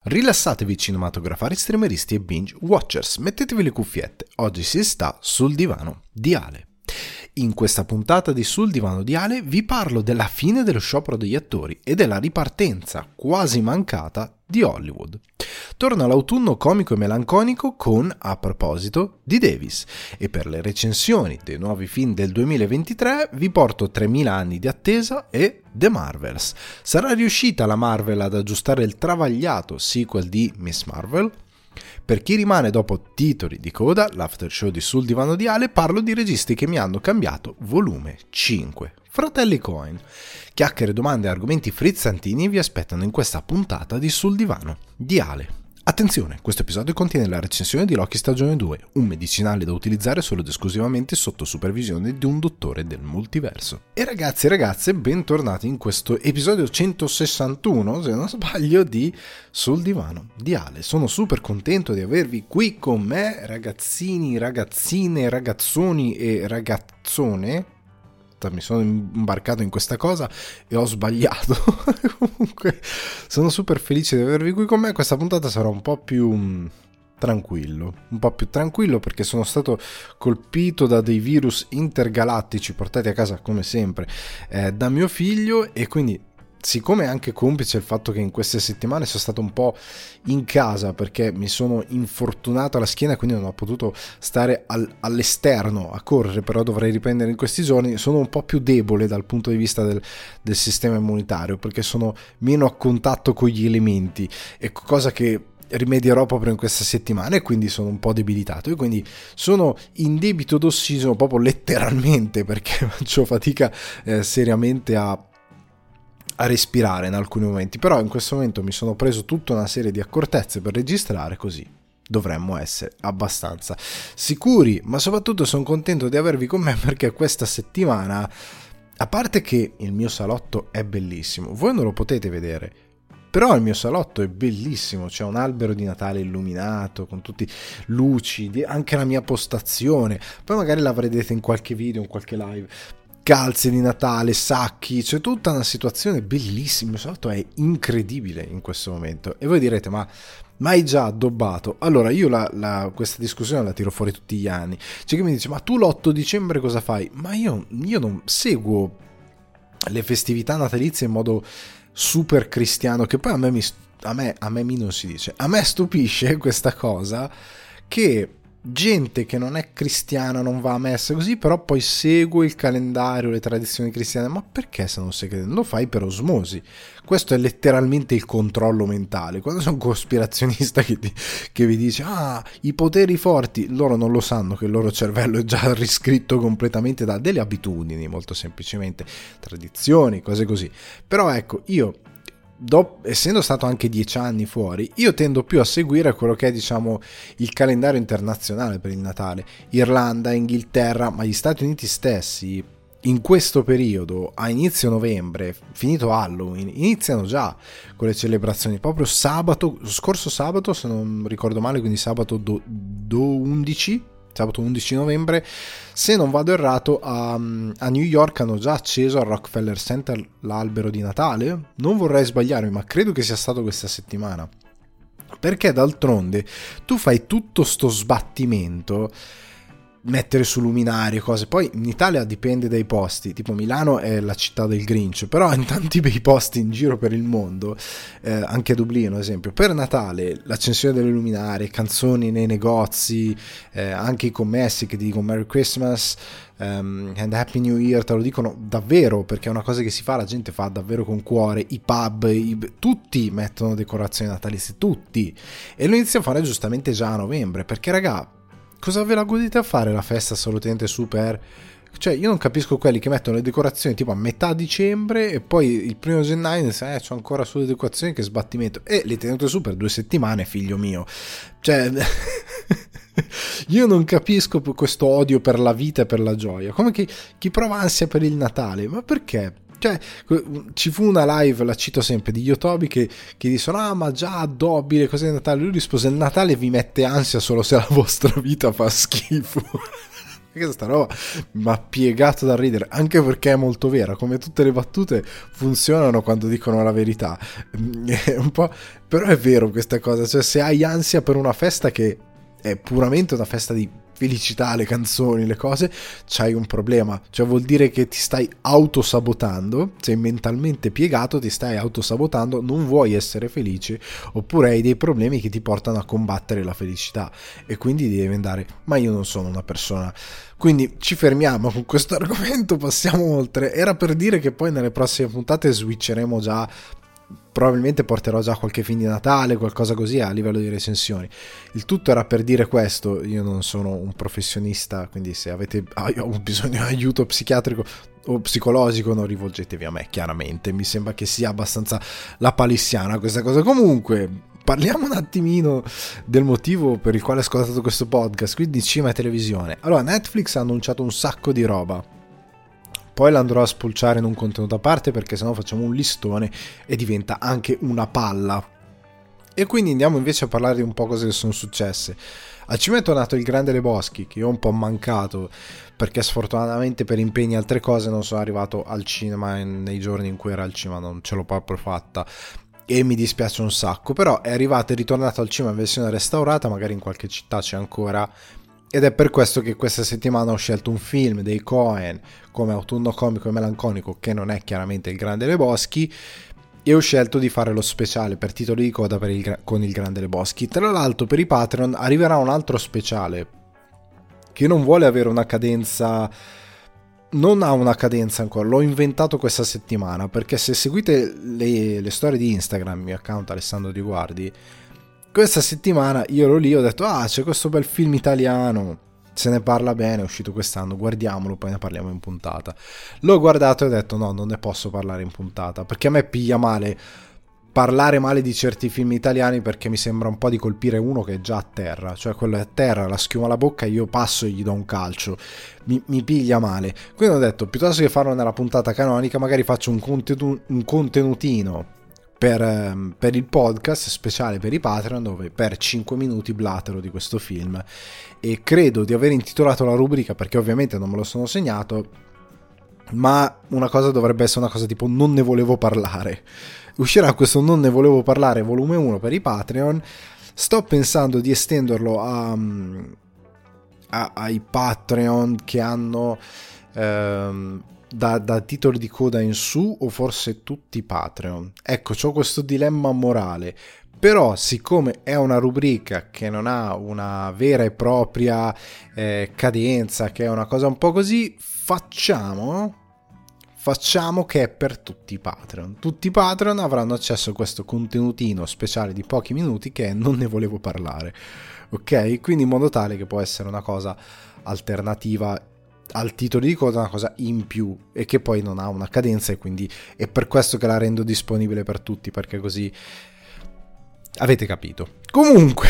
Rilassatevi cinematografari, streameristi e binge watchers, mettetevi le cuffiette, oggi si sta sul divano di Ale. In questa puntata di Sul divano di Ale vi parlo della fine dello sciopero degli attori e della ripartenza quasi mancata di Hollywood. Torna l'autunno comico e melanconico con, a proposito, di Davis, e per le recensioni dei nuovi film del 2023 vi porto 3000 anni di attesa e The Marvels. Sarà riuscita la Marvel ad aggiustare il travagliato sequel di Miss Marvel? Per chi rimane dopo titoli di coda, l'after show di Sul divano di Ale, parlo di registi che mi hanno cambiato volume 5. Fratelli Coen. Chiacchiere, domande e argomenti frizzantini vi aspettano in questa puntata di Sul divano di Ale. Attenzione, questo episodio contiene la recensione di Loki stagione 2, un medicinale da utilizzare solo ed esclusivamente sotto supervisione di un dottore del multiverso. E ragazzi e ragazze, bentornati in questo episodio 161, se non sbaglio, di Sul divano di Ale. Sono super contento di avervi qui con me, ragazzini, ragazzine, ragazzoni e ragazzone. Mi sono imbarcato in questa cosa e ho sbagliato. Comunque sono super felice di avervi qui con me. Questa puntata sarà un po' più tranquillo perché sono stato colpito da dei virus intergalattici portati a casa come sempre da mio figlio, e quindi, siccome è anche complice il fatto che in queste settimane sono stato un po' in casa perché mi sono infortunato alla schiena, quindi non ho potuto stare all'esterno a correre, però dovrei riprendere in questi giorni, sono un po' più debole dal punto di vista del sistema immunitario, perché sono meno a contatto con gli elementi, e cosa che rimedierò proprio in questa settimana, e quindi sono un po' debilitato, e quindi sono in debito d'ossigeno proprio letteralmente, perché faccio fatica seriamente a respirare in alcuni momenti. Però in questo momento mi sono preso tutta una serie di accortezze per registrare, così dovremmo essere abbastanza sicuri. Ma soprattutto sono contento di avervi con me perché questa settimana, a parte che il mio salotto è bellissimo, voi non lo potete vedere, però il mio salotto è bellissimo, c'è un albero di Natale illuminato con tutti luci, anche la mia postazione, poi magari la vedrete in qualche video, in qualche live, calze di Natale, sacchi, c'è tutta una situazione bellissima. Il salotto è incredibile in questo momento, e voi direte ma hai già addobbato? Allora io questa discussione la tiro fuori tutti gli anni. C'è chi mi dice ma tu l'8 dicembre cosa fai? Ma io non seguo le festività natalizie in modo super cristiano, che poi a me non si dice, a me stupisce questa cosa che gente che non è cristiana, non va a messa così, però poi segue il calendario, le tradizioni cristiane. Ma perché, se non sei credente? Lo fai per osmosi. Questo è letteralmente il controllo mentale. Quando sono un cospirazionista che vi dice i poteri forti, loro non lo sanno che il loro cervello è già riscritto completamente da delle abitudini, molto semplicemente tradizioni, cose così. Però ecco, io essendo stato anche 10 anni fuori, io tendo più a seguire quello che è, diciamo, il calendario internazionale per il Natale. Irlanda, Inghilterra, ma gli Stati Uniti stessi in questo periodo, a inizio novembre, finito Halloween, iniziano già con le celebrazioni. Proprio scorso sabato, se non ricordo male, quindi sabato 11 novembre, se non vado errato, a New York hanno già acceso al Rockefeller Center l'albero di Natale. Non vorrei sbagliarmi, ma credo che sia stato questa settimana, perché d'altronde tu fai tutto sto sbattimento, mettere su luminari e cose. Poi in Italia dipende dai posti, tipo Milano è la città del Grinch, però in tanti bei posti in giro per il mondo, anche a Dublino ad esempio, per Natale l'accensione delle luminarie, canzoni nei negozi, anche i commessi che ti dicono Merry Christmas and Happy New Year, te lo dicono davvero, perché è una cosa che si fa, la gente fa davvero con cuore. I pub, tutti mettono decorazioni natalizie, tutti, e lo iniziano a fare giustamente già a novembre, perché raga, cosa ve la godete a fare la festa assolutamente super? Cioè, io non capisco quelli che mettono le decorazioni tipo a metà dicembre e poi il 1 gennaio c'ho ancora sulle decorazioni, che sbattimento, e le tenete su per 2 settimane, figlio mio. Cioè io non capisco questo odio per la vita e per la gioia, come chi prova ansia per il Natale, ma perché? Cioè, ci fu una live, la cito sempre, di Yotobi che dicono ma già addobbi le cose di Natale. Lui rispose: il Natale vi mette ansia solo se la vostra vita fa schifo. Perché sta roba mi ha piegato da ridere, anche perché è molto vera, come tutte le battute funzionano quando dicono la verità. È un po', però è vero questa cosa, cioè se hai ansia per una festa che è puramente una festa di felicità, le canzoni, le cose, c'hai un problema, cioè vuol dire che ti stai autosabotando, sei mentalmente piegato, ti stai autosabotando, non vuoi essere felice, oppure hai dei problemi che ti portano a combattere la felicità e quindi devi andare, ma io non sono una persona. Quindi ci fermiamo con questo argomento, passiamo oltre. Era per dire che poi nelle prossime puntate switcheremo già, probabilmente porterò già qualche film di Natale, qualcosa così a livello di recensioni. Il tutto era per dire questo, io non sono un professionista, quindi se avete bisogno di aiuto psichiatrico o psicologico non rivolgetevi a me, chiaramente, mi sembra che sia abbastanza la palissiana questa cosa. Comunque parliamo un attimino del motivo per il quale ho ascoltato questo podcast, quindi cinema e televisione. Allora, Netflix ha annunciato un sacco di roba, poi l'andrò a spulciare in un contenuto a parte perché sennò facciamo un listone e diventa anche una palla. E quindi andiamo invece a parlare di un po' cose che sono successe. Al cinema è tornato Il Grande Lebowski, che io ho un po' mancato perché sfortunatamente per impegni e altre cose non sono arrivato al cinema nei giorni in cui era al cinema, non ce l'ho proprio fatta e mi dispiace un sacco, però è arrivato e ritornato al cinema in versione restaurata, magari in qualche città c'è ancora. Ed è per questo che questa settimana ho scelto un film dei Coen come Autunno Comico e Melanconico, che non è chiaramente Il Grande Lebowski, e ho scelto di fare lo speciale per titoli di coda con Il Grande Lebowski. Tra l'altro per i Patreon arriverà un altro speciale che non vuole avere una cadenza, non ha una cadenza ancora, l'ho inventato questa settimana, perché se seguite le storie di Instagram, il mio account Alessandro Di Guardi, questa settimana io ero lì, ho detto c'è questo bel film italiano, se ne parla bene, è uscito quest'anno, guardiamolo, poi ne parliamo in puntata. L'ho guardato e ho detto no, non ne posso parlare in puntata, perché a me piglia male parlare male di certi film italiani, perché mi sembra un po' di colpire uno che è già a terra, cioè quello è a terra, la schiuma alla bocca, io passo e gli do un calcio, mi piglia male. Quindi ho detto, piuttosto che farlo nella puntata canonica, magari faccio un contenutino per il podcast speciale per i Patreon, dove per 5 minuti blatero di questo film, e credo di aver intitolato la rubrica, perché ovviamente non me lo sono segnato, ma una cosa dovrebbe essere una cosa tipo non ne volevo parlare. Uscirà questo non ne volevo parlare volume 1 per i Patreon. Sto pensando di estenderlo ai Patreon che hanno da titoli di coda in su, o forse tutti i Patreon. Ecco, c'ho questo dilemma morale, però siccome è una rubrica che non ha una vera e propria cadenza, che è una cosa un po' così, facciamo che è per tutti i Patreon. Tutti i Patreon avranno accesso a questo contenutino speciale di pochi minuti che non ne volevo parlare, ok? Quindi in modo tale che può essere una cosa alternativa al titolo di coda, una cosa in più, e che poi non ha una cadenza, e quindi è per questo che la rendo disponibile per tutti, perché così avete capito. Comunque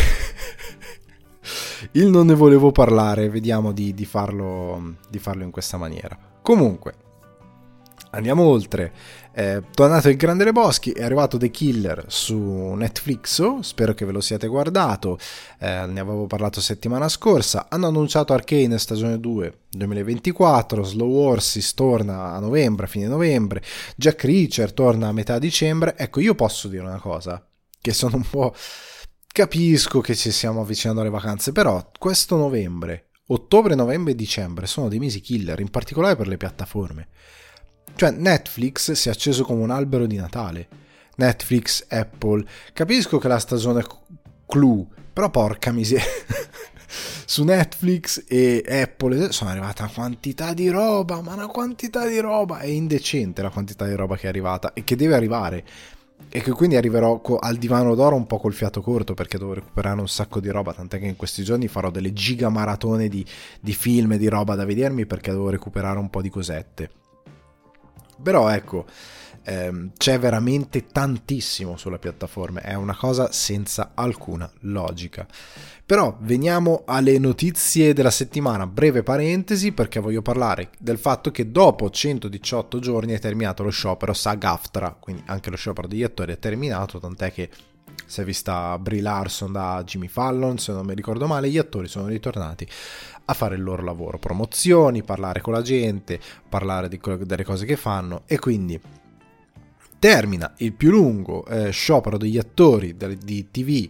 il non ne volevo parlare, vediamo di farlo in questa maniera. Comunque andiamo oltre. Tornato Il Grande Lebowski, è arrivato The Killer su Netflix, spero che ve lo siate guardato, ne avevo parlato settimana scorsa. Hanno annunciato Arcane stagione 2 2024, Slow Horses torna a novembre, a fine novembre, Jack Reacher torna a metà dicembre. Ecco, io posso dire una cosa, che sono un po'... capisco che ci stiamo avvicinando alle vacanze, però questo novembre, ottobre, novembre e dicembre sono dei mesi killer, in particolare per le piattaforme. Cioè Netflix si è acceso come un albero di Natale. Netflix, Apple, capisco che la stagione clou, però porca miseria, su Netflix e Apple sono arrivata una quantità di roba, ma una quantità di roba, è indecente la quantità di roba che è arrivata e che deve arrivare, e che quindi arriverò al divano d'oro un po' col fiato corto, perché devo recuperare un sacco di roba, tant'è che in questi giorni farò delle giga maratone di film e di roba da vedermi, perché devo recuperare un po' di cosette. Però ecco, c'è veramente tantissimo sulla piattaforma, è una cosa senza alcuna logica. Però veniamo alle notizie della settimana, breve parentesi, perché voglio parlare del fatto che dopo 118 giorni è terminato lo sciopero SAG-AFTRA, quindi anche lo sciopero degli attori è terminato, tant'è che Si è vista Brie Larson da Jimmy Fallon, se non mi ricordo male. Gli attori sono ritornati a fare il loro lavoro, promozioni, parlare con la gente, parlare delle cose che fanno, e quindi termina il più lungo sciopero degli attori di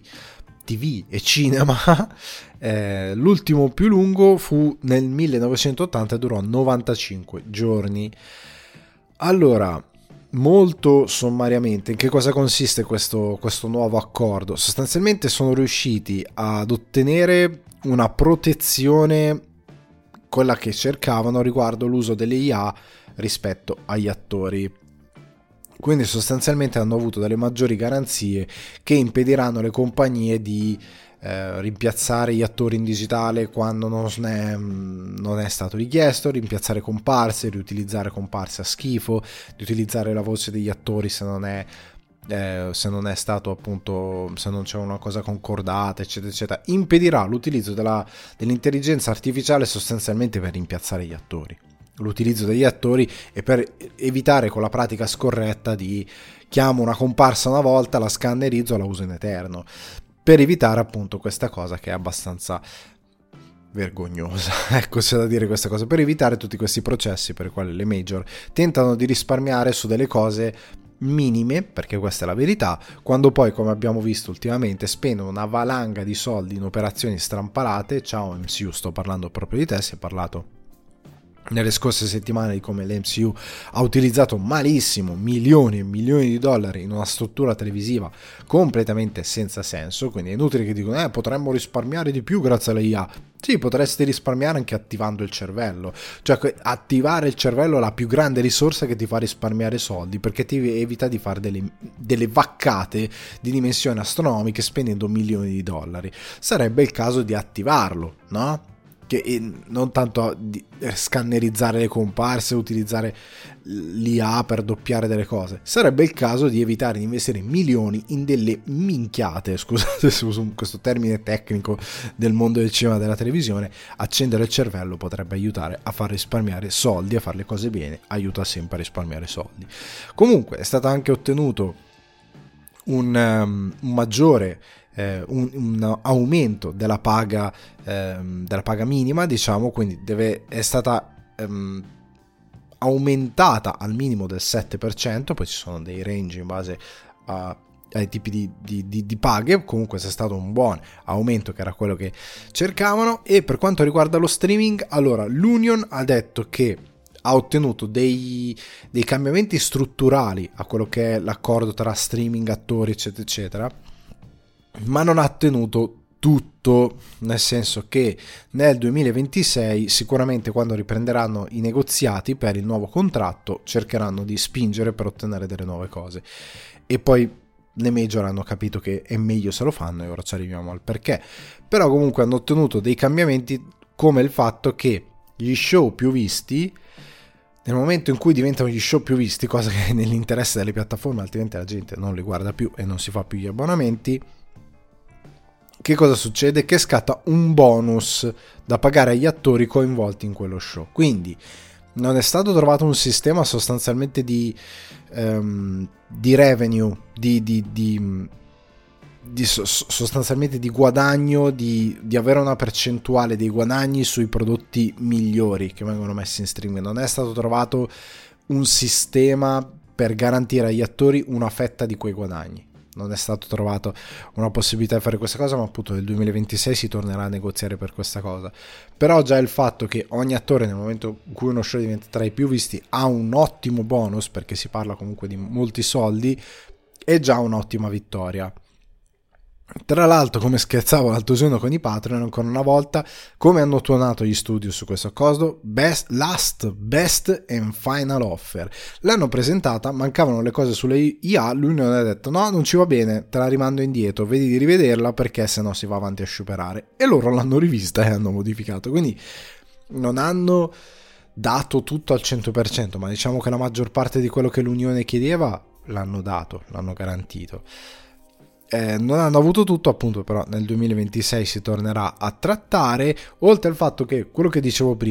TV e cinema. L'ultimo più lungo fu nel 1980 e durò 95 giorni. Allora, molto sommariamente, in che cosa consiste questo nuovo accordo? Sostanzialmente sono riusciti ad ottenere una protezione, quella che cercavano, riguardo l'uso delle IA rispetto agli attori. Quindi sostanzialmente hanno avuto delle maggiori garanzie che impediranno alle compagnie di rimpiazzare gli attori in digitale quando non è stato richiesto, rimpiazzare comparse, riutilizzare comparse a schifo, di utilizzare la voce degli attori se non è stato, appunto, se non c'è una cosa concordata, eccetera eccetera. Impedirà l'utilizzo dell'intelligenza artificiale sostanzialmente per rimpiazzare gli attori, l'utilizzo degli attori, e per evitare con la pratica scorretta di chiamo una comparsa una volta, la scannerizzo e la uso in eterno, per evitare appunto questa cosa che è abbastanza vergognosa, ecco, c'è da dire questa cosa, per evitare tutti questi processi per i quali le major tentano di risparmiare su delle cose minime, perché questa è la verità, quando poi, come abbiamo visto ultimamente, spendono una valanga di soldi in operazioni strampalate. Ciao MCU, sto parlando proprio di te, si è parlato nelle scorse settimane di come l'MCU ha utilizzato malissimo milioni e milioni di dollari in una struttura televisiva completamente senza senso. Quindi è inutile che dicono potremmo risparmiare di più grazie alla IA. Sì, potreste risparmiare anche attivando il cervello, cioè attivare il cervello è la più grande risorsa che ti fa risparmiare soldi, perché ti evita di fare delle vaccate di dimensioni astronomiche spendendo milioni di dollari. Sarebbe il caso di attivarlo, no? Che non tanto di scannerizzare le comparse, utilizzare l'IA per doppiare delle cose. Sarebbe il caso di evitare di investire milioni in delle minchiate, scusate se uso questo termine tecnico del mondo del cinema e della televisione. Accendere il cervello potrebbe aiutare a far risparmiare soldi, a fare le cose bene, aiuta sempre a risparmiare soldi. Comunque è stato anche ottenuto un maggiore un aumento della paga minima, diciamo, quindi è stata aumentata al minimo del 7%, poi ci sono dei range in base ai tipi di paghe. Comunque c'è stato un buon aumento, che era quello che cercavano. E per quanto riguarda lo streaming, allora l'Union ha detto che ha ottenuto dei cambiamenti strutturali a quello che è l'accordo tra streaming, attori, eccetera eccetera, ma non ha tenuto tutto, nel senso che nel 2026 sicuramente, quando riprenderanno i negoziati per il nuovo contratto, cercheranno di spingere per ottenere delle nuove cose. E poi le major hanno capito che è meglio se lo fanno, e ora ci arriviamo al perché. Però comunque hanno ottenuto dei cambiamenti, come il fatto che gli show più visti, nel momento in cui diventano gli show più visti, cosa che è nell'interesse delle piattaforme, altrimenti la gente non li guarda più e non si fa più gli abbonamenti, che cosa succede? Che scatta un bonus da pagare agli attori coinvolti in quello show. Quindi non è stato trovato un sistema sostanzialmente di revenue, sostanzialmente di guadagno, di avere una percentuale dei guadagni sui prodotti migliori che vengono messi in streaming. Non è stato trovato un sistema per garantire agli attori una fetta di quei guadagni. Non è stato trovato una possibilità di fare questa cosa, ma appunto nel 2026 si tornerà a negoziare per questa cosa. Però già il fatto che ogni attore, nel momento in cui uno show diventa tra i più visti, ha un ottimo bonus, perché si parla comunque di molti soldi, è già un'ottima vittoria. Tra l'altro, come scherzavo l'altro giorno con i Patreon, ancora una volta, come hanno tuonato gli studio su questo accordo, best and final offer. L'hanno presentata, mancavano le cose sulle IA, lui non ha detto no, non ci va bene, te la rimando indietro, vedi di rivederla perché sennò si va avanti a sciuperare. E loro l'hanno rivista e hanno modificato, quindi non hanno dato tutto al 100%, ma diciamo che la maggior parte di quello che l'Unione chiedeva l'hanno dato, l'hanno garantito. Non hanno avuto tutto, appunto, però nel 2026 si tornerà a trattare, oltre al fatto che, quello che dicevo prima,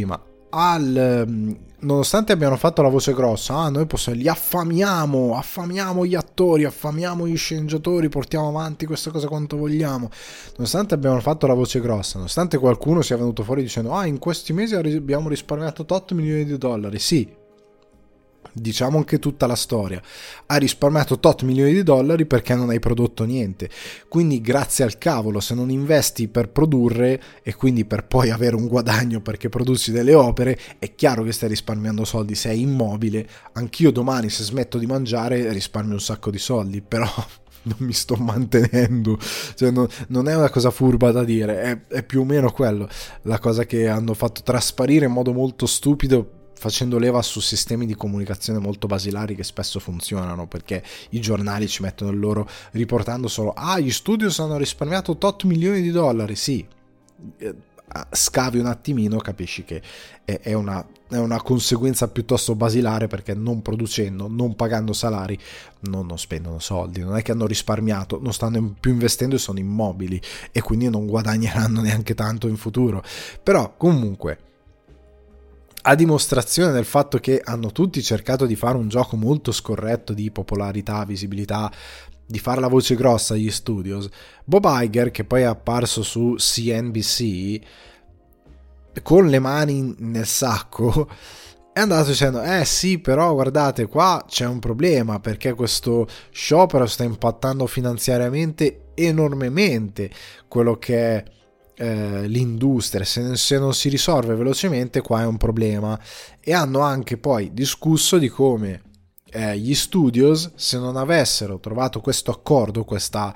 nonostante abbiano fatto la voce grossa, noi li affamiamo gli attori, affamiamo gli sceneggiatori, portiamo avanti questa cosa quanto vogliamo, nonostante abbiano fatto la voce grossa, nonostante qualcuno sia venuto fuori dicendo in questi mesi abbiamo risparmiato $8 milioni, sì, diciamo anche tutta la storia, hai risparmiato $8 milioni perché non hai prodotto niente, quindi grazie al cavolo se non investi per produrre e quindi per poi avere un guadagno perché produci delle opere, è chiaro che stai risparmiando soldi. Se sei immobile, anch'io domani se smetto di mangiare risparmio un sacco di soldi, però non mi sto mantenendo, cioè non è una cosa furba da dire, è più o meno quello, la cosa che hanno fatto trasparire in modo molto stupido, facendo leva su sistemi di comunicazione molto basilari che spesso funzionano, perché i giornali ci mettono il loro riportando solo gli studios hanno risparmiato $8 milioni, sì, scavi un attimino, capisci che è una conseguenza piuttosto basilare, perché non producendo, non pagando salari, non spendono soldi, non è che hanno risparmiato, non stanno più investendo e sono immobili e quindi non guadagneranno neanche tanto in futuro. Però comunque, a dimostrazione del fatto che hanno tutti cercato di fare un gioco molto scorretto di popolarità, visibilità, di fare la voce grossa agli studios, Bob Iger, che poi è apparso su CNBC con le mani nel sacco, è andato dicendo sì, però guardate, qua c'è un problema, perché questo sciopero sta impattando finanziariamente enormemente quello che è l'industria, se non si risolve velocemente qua è un problema. E hanno anche poi discusso di come gli studios, se non avessero trovato questo accordo, questa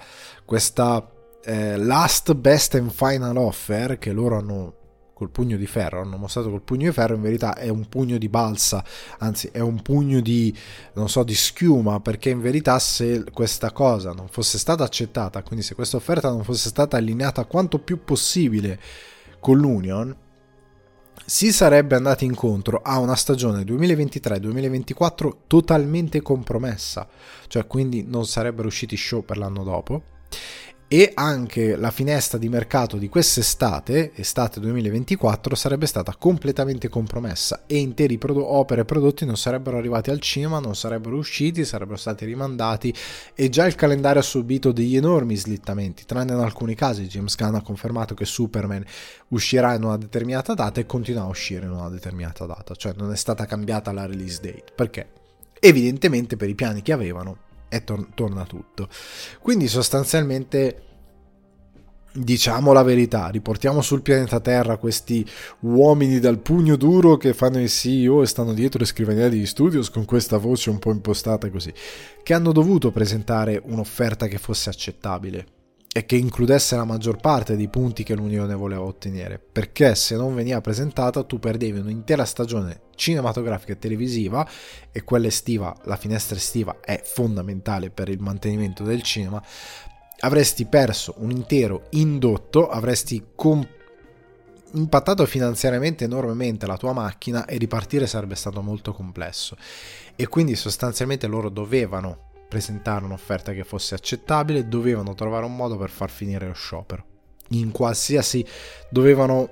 last best and final offer che loro hanno col pugno di ferro, hanno mostrato col pugno di ferro, in verità è un pugno di balsa, anzi è un pugno di, non so, di schiuma, perché in verità se questa cosa non fosse stata accettata, quindi se questa offerta non fosse stata allineata quanto più possibile con l'Union, si sarebbe andati incontro a una stagione 2023-2024 totalmente compromessa, cioè quindi non sarebbero usciti show per l'anno dopo, e anche la finestra di mercato di quest'estate, estate 2024, sarebbe stata completamente compromessa e interi opere e prodotti non sarebbero arrivati al cinema, non sarebbero usciti, sarebbero stati rimandati, e già il calendario ha subito degli enormi slittamenti, tranne in alcuni casi. James Gunn ha confermato che Superman uscirà in una determinata data e continua a uscire in una determinata data, cioè non è stata cambiata la release date, perché evidentemente per i piani che avevano torna tutto. Quindi sostanzialmente, diciamo la verità, riportiamo sul pianeta Terra questi uomini dal pugno duro che fanno il CEO e stanno dietro le scrivanie degli studios con questa voce un po' impostata così, che hanno dovuto presentare un'offerta che fosse accettabile e che includesse la maggior parte dei punti che l'Unione voleva ottenere, perché se non veniva presentata tu perdevi un'intera stagione cinematografica e televisiva, e quella estiva, la finestra estiva è fondamentale per il mantenimento del cinema, avresti perso un intero indotto, avresti impattato finanziariamente enormemente la tua macchina e ripartire sarebbe stato molto complesso, e quindi sostanzialmente loro dovevano presentare un'offerta che fosse accettabile, dovevano trovare un modo per far finire lo sciopero, in qualsiasi, dovevano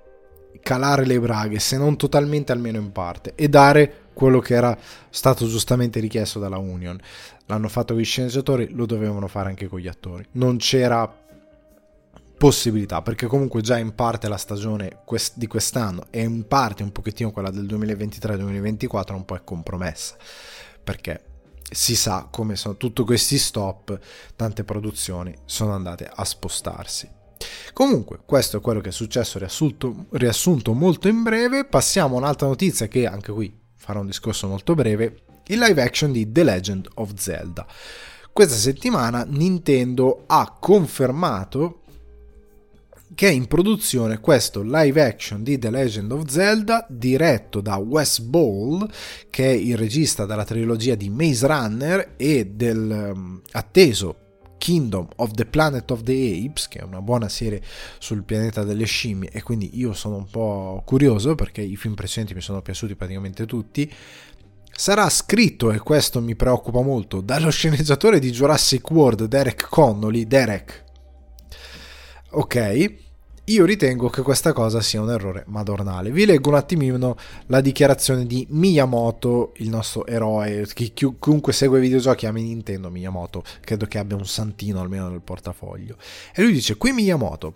calare le braghe, se non totalmente almeno in parte, e dare quello che era stato giustamente richiesto dalla Union. L'hanno fatto con gli sceneggiatori, lo dovevano fare anche con gli attori, non c'era possibilità, perché comunque già in parte la stagione di quest'anno e in parte un pochettino quella del 2023-2024 un po' è compromessa, perché si sa come sono tutti questi stop, tante produzioni sono andate a spostarsi. Comunque questo è quello che è successo, riassunto molto in breve. Passiamo a un'altra notizia, che anche qui farò un discorso molto breve: il live action di The Legend of Zelda. Questa settimana Nintendo ha confermato che è in produzione questo live action di The Legend of Zelda, diretto da Wes Ball, che è il regista della trilogia di Maze Runner e del atteso Kingdom of the Planet of the Apes, che è una buona serie sul pianeta delle scimmie, e quindi io sono un po' curioso perché i film precedenti mi sono piaciuti praticamente tutti. Sarà scritto, e questo mi preoccupa molto, dallo sceneggiatore di Jurassic World Derek Connolly, ok, Io ritengo che questa cosa sia un errore madornale. Vi leggo un attimino la dichiarazione di Miyamoto, il nostro eroe. Chiunque segue i videogiochi ama Nintendo, Miyamoto credo che abbia un santino almeno nel portafoglio. E lui dice: qui Miyamoto,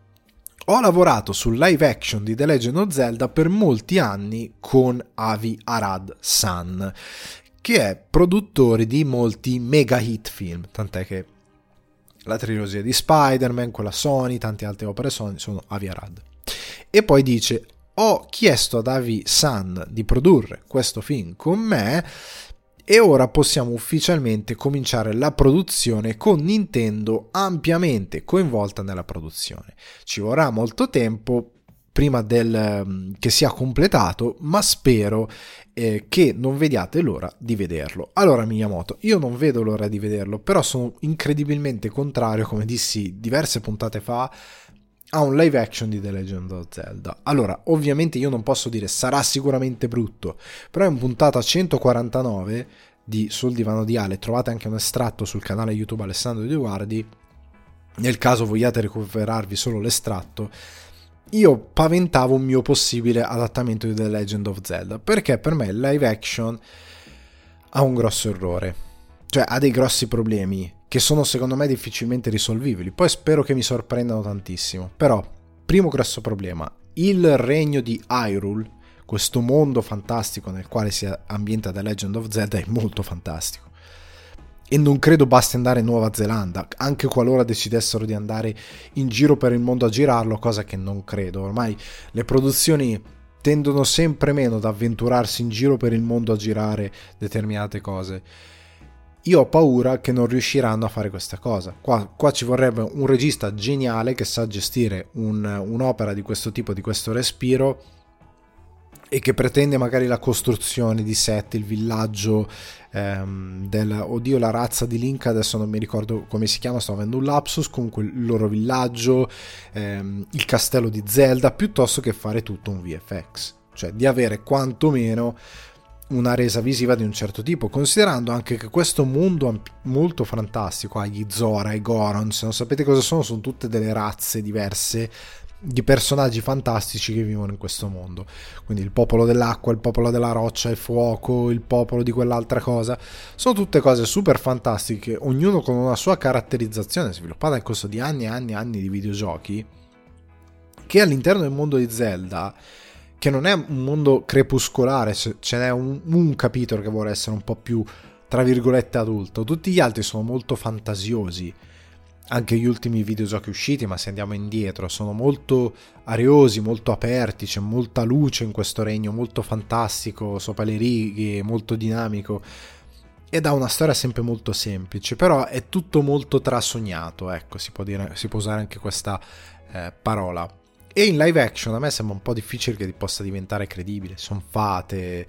ho lavorato sul live action di The Legend of Zelda per molti anni con Avi Arad-san, che è produttore di molti mega hit film, tant'è che la trilogia di Spider-Man, quella Sony, tante altre opere Sony sono Avi Arad. E poi dice: ho chiesto ad Avi-san di produrre questo film con me e ora possiamo ufficialmente cominciare la produzione con Nintendo ampiamente coinvolta nella produzione. Ci vorrà molto tempo prima che sia completato, ma spero che non vediate l'ora di vederlo. Allora Miyamoto, io non vedo l'ora di vederlo, però sono incredibilmente contrario, come dissi diverse puntate fa, a un live action di The Legend of Zelda. Allora, ovviamente io non posso dire sarà sicuramente brutto, però in puntata 149 sul divano di Ale trovate anche un estratto sul canale YouTube Alessandro Di Guardi, nel caso vogliate recuperarvi solo l'estratto. Io paventavo un mio possibile adattamento di The Legend of Zelda, perché per me il live action ha un grosso errore, cioè ha dei grossi problemi che sono secondo me difficilmente risolvibili. Poi spero che mi sorprendano tantissimo. Però, primo grosso problema, il regno di Hyrule, questo mondo fantastico nel quale si ambienta The Legend of Zelda, è molto fantastico. E non credo basti andare in Nuova Zelanda, anche qualora decidessero di andare in giro per il mondo a girarlo, cosa che non credo. Ormai le produzioni tendono sempre meno ad avventurarsi in giro per il mondo a girare determinate cose. Io ho paura che non riusciranno a fare questa cosa. Qua ci vorrebbe un regista geniale che sa gestire un'opera di questo tipo, di questo respiro, e che pretende magari la costruzione di set, il villaggio la razza di Link, adesso non mi ricordo come si chiama, sto avendo un lapsus, comunque il loro villaggio, il castello di Zelda, piuttosto che fare tutto un VFX, cioè di avere quantomeno una resa visiva di un certo tipo, considerando anche che questo mondo molto fantastico, gli Zora, i Goron, se non sapete cosa sono tutte delle razze diverse di personaggi fantastici che vivono in questo mondo, quindi il popolo dell'acqua, il popolo della roccia, il fuoco, il popolo di quell'altra cosa, sono tutte cose super fantastiche, ognuno con una sua caratterizzazione sviluppata nel corso di anni e anni e anni di videogiochi, che all'interno del mondo di Zelda, che non è un mondo crepuscolare, ce n'è un capitolo che vuole essere un po' più tra virgolette adulto, tutti gli altri sono molto fantasiosi. Anche gli ultimi videogiochi usciti, ma se andiamo indietro, sono molto ariosi, molto aperti, c'è molta luce in questo regno, molto fantastico, sopra le righe, molto dinamico, ed ha una storia sempre molto semplice, però è tutto molto trasognato, ecco, si può usare anche questa parola. E in live action a me sembra un po' difficile che possa diventare credibile, sono fate...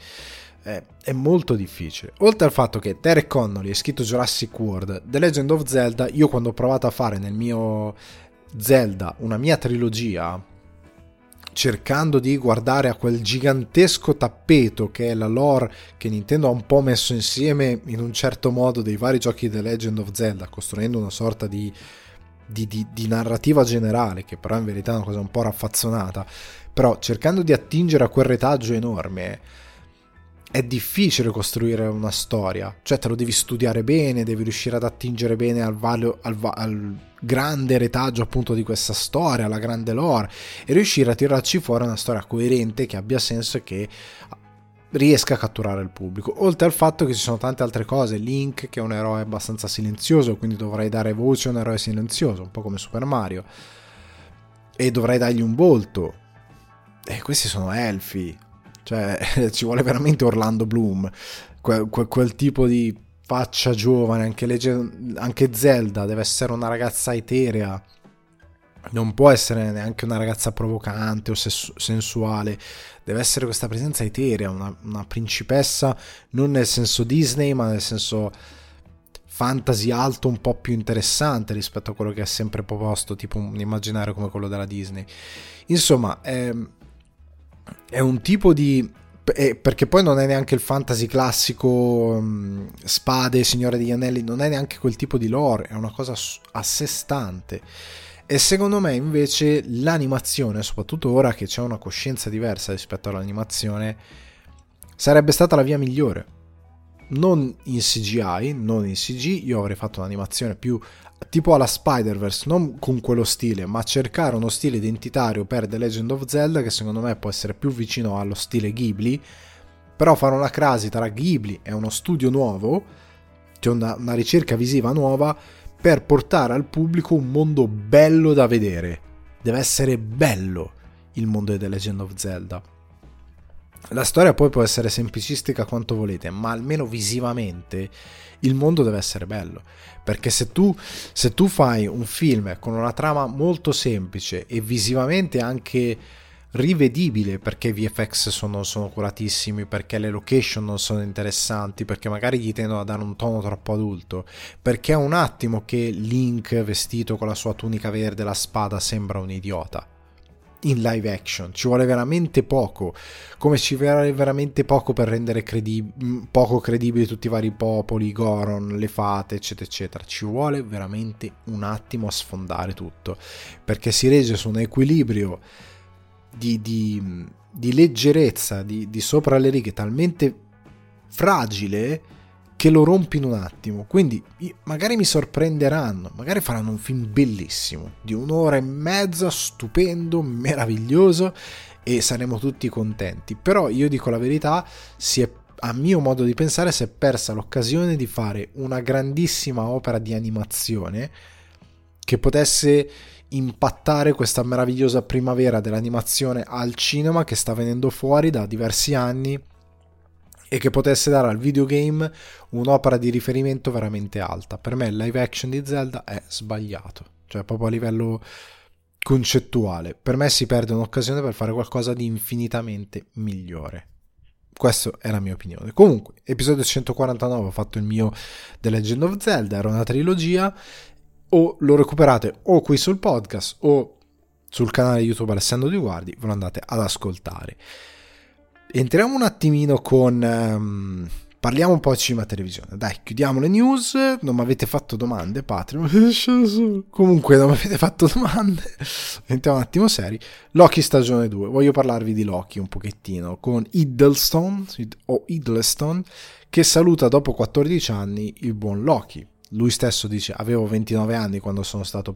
è molto difficile. Oltre al fatto che Derek Connolly è scritto Jurassic World, The Legend of Zelda, io quando ho provato a fare nel mio Zelda una mia trilogia, cercando di guardare a quel gigantesco tappeto che è la lore che Nintendo ha un po' messo insieme in un certo modo dei vari giochi di The Legend of Zelda, costruendo una sorta di narrativa generale, che però in verità è una cosa un po' raffazzonata, però cercando di attingere a quel retaggio enorme, è difficile costruire una storia, cioè te lo devi studiare bene, devi riuscire ad attingere bene al grande retaggio appunto di questa storia, alla grande lore, e riuscire a tirarci fuori una storia coerente che abbia senso e che riesca a catturare il pubblico. Oltre al fatto che ci sono tante altre cose, Link che è un eroe abbastanza silenzioso, quindi dovrai dare voce a un eroe silenzioso, un po' come Super Mario, e dovrai dargli un volto, e questi sono elfi, cioè ci vuole veramente Orlando Bloom, quel tipo di faccia giovane. Anche Zelda deve essere una ragazza eterea, non può essere neanche una ragazza provocante o sensuale, deve essere questa presenza eterea, una principessa, non nel senso Disney ma nel senso fantasy alto, un po' più interessante rispetto a quello che è sempre proposto, tipo un immaginario come quello della Disney. Insomma, è un tipo di... perché poi non è neanche il fantasy classico, spade, Signore degli Anelli, non è neanche quel tipo di lore, è una cosa a sé stante, E secondo me invece l'animazione, soprattutto ora che c'è una coscienza diversa rispetto all'animazione, sarebbe stata la via migliore. Non in CGI, non in CG, io avrei fatto un'animazione più tipo alla Spider-Verse, non con quello stile, ma cercare uno stile identitario per The Legend of Zelda che secondo me può essere più vicino allo stile Ghibli, però fare una crasi tra Ghibli e uno studio nuovo, cioè una ricerca visiva nuova, per portare al pubblico un mondo bello da vedere. Deve essere bello il mondo di The Legend of Zelda. La storia poi può essere semplicistica quanto volete, ma almeno visivamente il mondo deve essere bello, perché se tu fai un film con una trama molto semplice e visivamente anche rivedibile, perché i VFX sono curatissimi, perché le location non sono interessanti, perché magari gli tendono a dare un tono troppo adulto, perché è un attimo che Link vestito con la sua tunica verde e la spada sembra un idiota. In live action ci vuole veramente poco, come ci vuole veramente poco per rendere poco credibili tutti i vari popoli, Goron, le fate, eccetera eccetera. Ci vuole veramente un attimo a sfondare tutto, perché si regge su un equilibrio di leggerezza, di sopra le righe talmente fragile che lo rompi in un attimo. Quindi magari mi sorprenderanno, magari faranno un film bellissimo di 1 ora e mezza, stupendo, meraviglioso, e saremo tutti contenti. Però io dico la verità, a mio modo di pensare si è persa l'occasione di fare una grandissima opera di animazione che potesse impattare questa meravigliosa primavera dell'animazione al cinema che sta venendo fuori da diversi anni, e che potesse dare al videogame un'opera di riferimento veramente alta. Per me il live action di Zelda è sbagliato, cioè proprio a livello concettuale. Per me si perde un'occasione per fare qualcosa di infinitamente migliore. Questa è la mia opinione. Comunque, episodio 149, ho fatto il mio The Legend of Zelda, era una trilogia, o lo recuperate o qui sul podcast o sul canale YouTube Alessandro Di Guardi, ve lo andate ad ascoltare. Entriamo un attimino con parliamo un po' di cinema e televisione. Dai, chiudiamo le news. Non mi avete fatto domande, Patreon. Comunque non mi avete fatto domande. Entriamo un attimo seri. Loki stagione 2. Voglio parlarvi di Loki un pochettino, con Hiddleston che saluta dopo 14 anni il buon Loki. Lui stesso dice: avevo 29 anni quando sono stato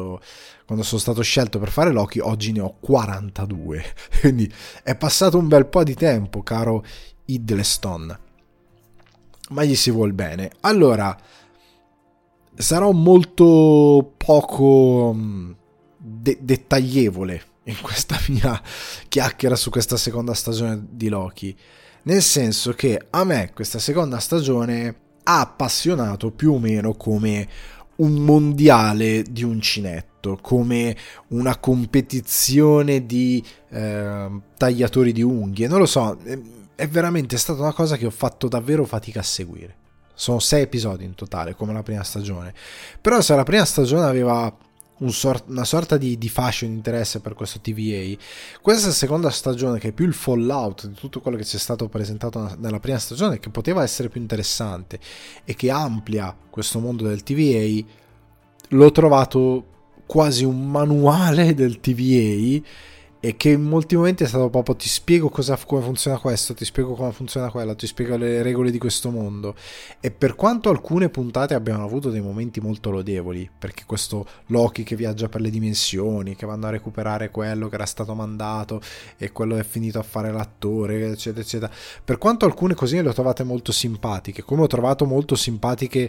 scelto per fare Loki, oggi ne ho 42. Quindi è passato un bel po' di tempo, caro Hiddleston, ma gli si vuol bene. Allora, sarò molto poco dettaglievole in questa mia chiacchiera su questa seconda stagione di Loki, nel senso che a me questa seconda stagione ha appassionato più o meno come un mondiale di uncinetto, come una competizione di tagliatori di unghie, non lo so, è veramente stata una cosa che ho fatto davvero fatica a seguire. Sono 6 episodi in totale, come la prima stagione, però se la prima stagione aveva una sorta di fascino di interesse per questo TVA, questa seconda stagione, che è più il fallout di tutto quello che ci è stato presentato nella prima stagione, che poteva essere più interessante e che amplia questo mondo del TVA, l'ho trovato quasi un manuale del TVA, e che in molti momenti è stato proprio: ti spiego come funziona questo, ti spiego come funziona quello, ti spiego le regole di questo mondo. E per quanto alcune puntate abbiano avuto dei momenti molto lodevoli, perché questo Loki che viaggia per le dimensioni, che vanno a recuperare quello che era stato mandato e quello è finito a fare l'attore, eccetera eccetera, per quanto alcune cosine le ho trovate molto simpatiche, come ho trovato molto simpatiche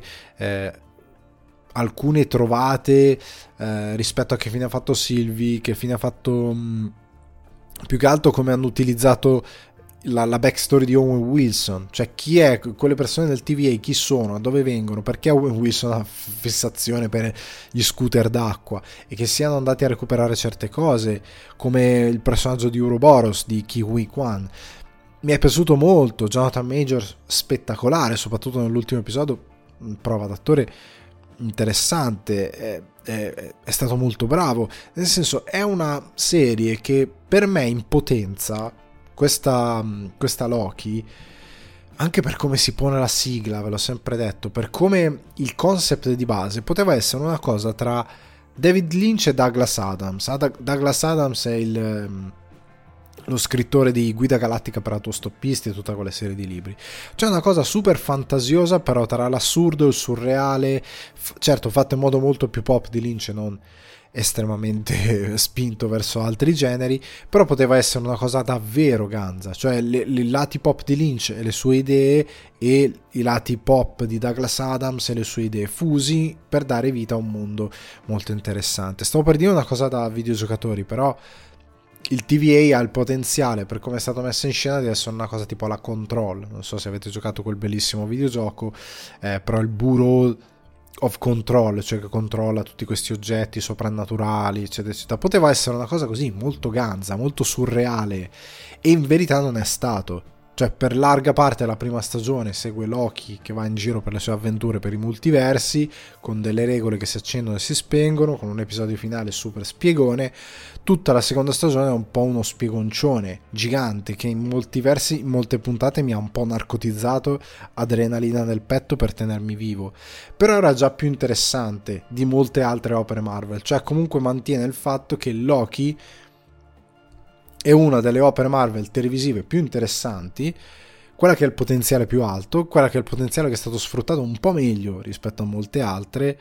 alcune trovate rispetto a che fine ha fatto Sylvie, che fine ha fatto più che altro come hanno utilizzato la backstory di Owen Wilson, cioè chi è quelle persone del TVA, chi sono, da dove vengono, perché Owen Wilson ha fissazione per gli scooter d'acqua, e che siano andati a recuperare certe cose, come il personaggio di Ouroboros di Ke Huy Quan. Mi è piaciuto molto, Jonathan Majors spettacolare, soprattutto nell'ultimo episodio, prova d'attore interessante, è stato molto bravo, nel senso è una serie che per me in potenza, questa Loki, anche per come si pone la sigla, ve l'ho sempre detto, per come il concept di base poteva essere una cosa tra David Lynch e Douglas Adams. Douglas Adams è lo scrittore di Guida Galattica per autostoppisti e tutta quella serie di libri. C'è una cosa super fantasiosa, però tra l'assurdo e il surreale, certo fatto in modo molto più pop di Lynch, non estremamente spinto verso altri generi, però poteva essere una cosa davvero ganza, cioè i lati pop di Lynch e le sue idee e i lati pop di Douglas Adams e le sue idee fusi per dare vita a un mondo molto interessante. Stavo per dire una cosa da videogiocatori, però il TVA ha il potenziale, per come è stato messo in scena, di essere una cosa tipo la Control. Non so se avete giocato quel bellissimo videogioco, però il Bureau of Control, cioè che controlla tutti questi oggetti soprannaturali, eccetera, eccetera. Poteva essere una cosa così, molto ganza, molto surreale, e in verità non è stato. Cioè, per larga parte la prima stagione segue Loki che va in giro per le sue avventure per i multiversi, con delle regole che si accendono e si spengono, con un episodio finale super spiegone. Tutta la seconda stagione è un po' uno spiegoncione gigante che in molti versi, in molte puntate mi ha un po' narcotizzato, adrenalina nel petto per tenermi vivo. Però era già più interessante di molte altre opere Marvel, cioè comunque mantiene il fatto che Loki è una delle opere Marvel televisive più interessanti, quella che ha il potenziale più alto, quella che ha il potenziale che è stato sfruttato un po' meglio rispetto a molte altre,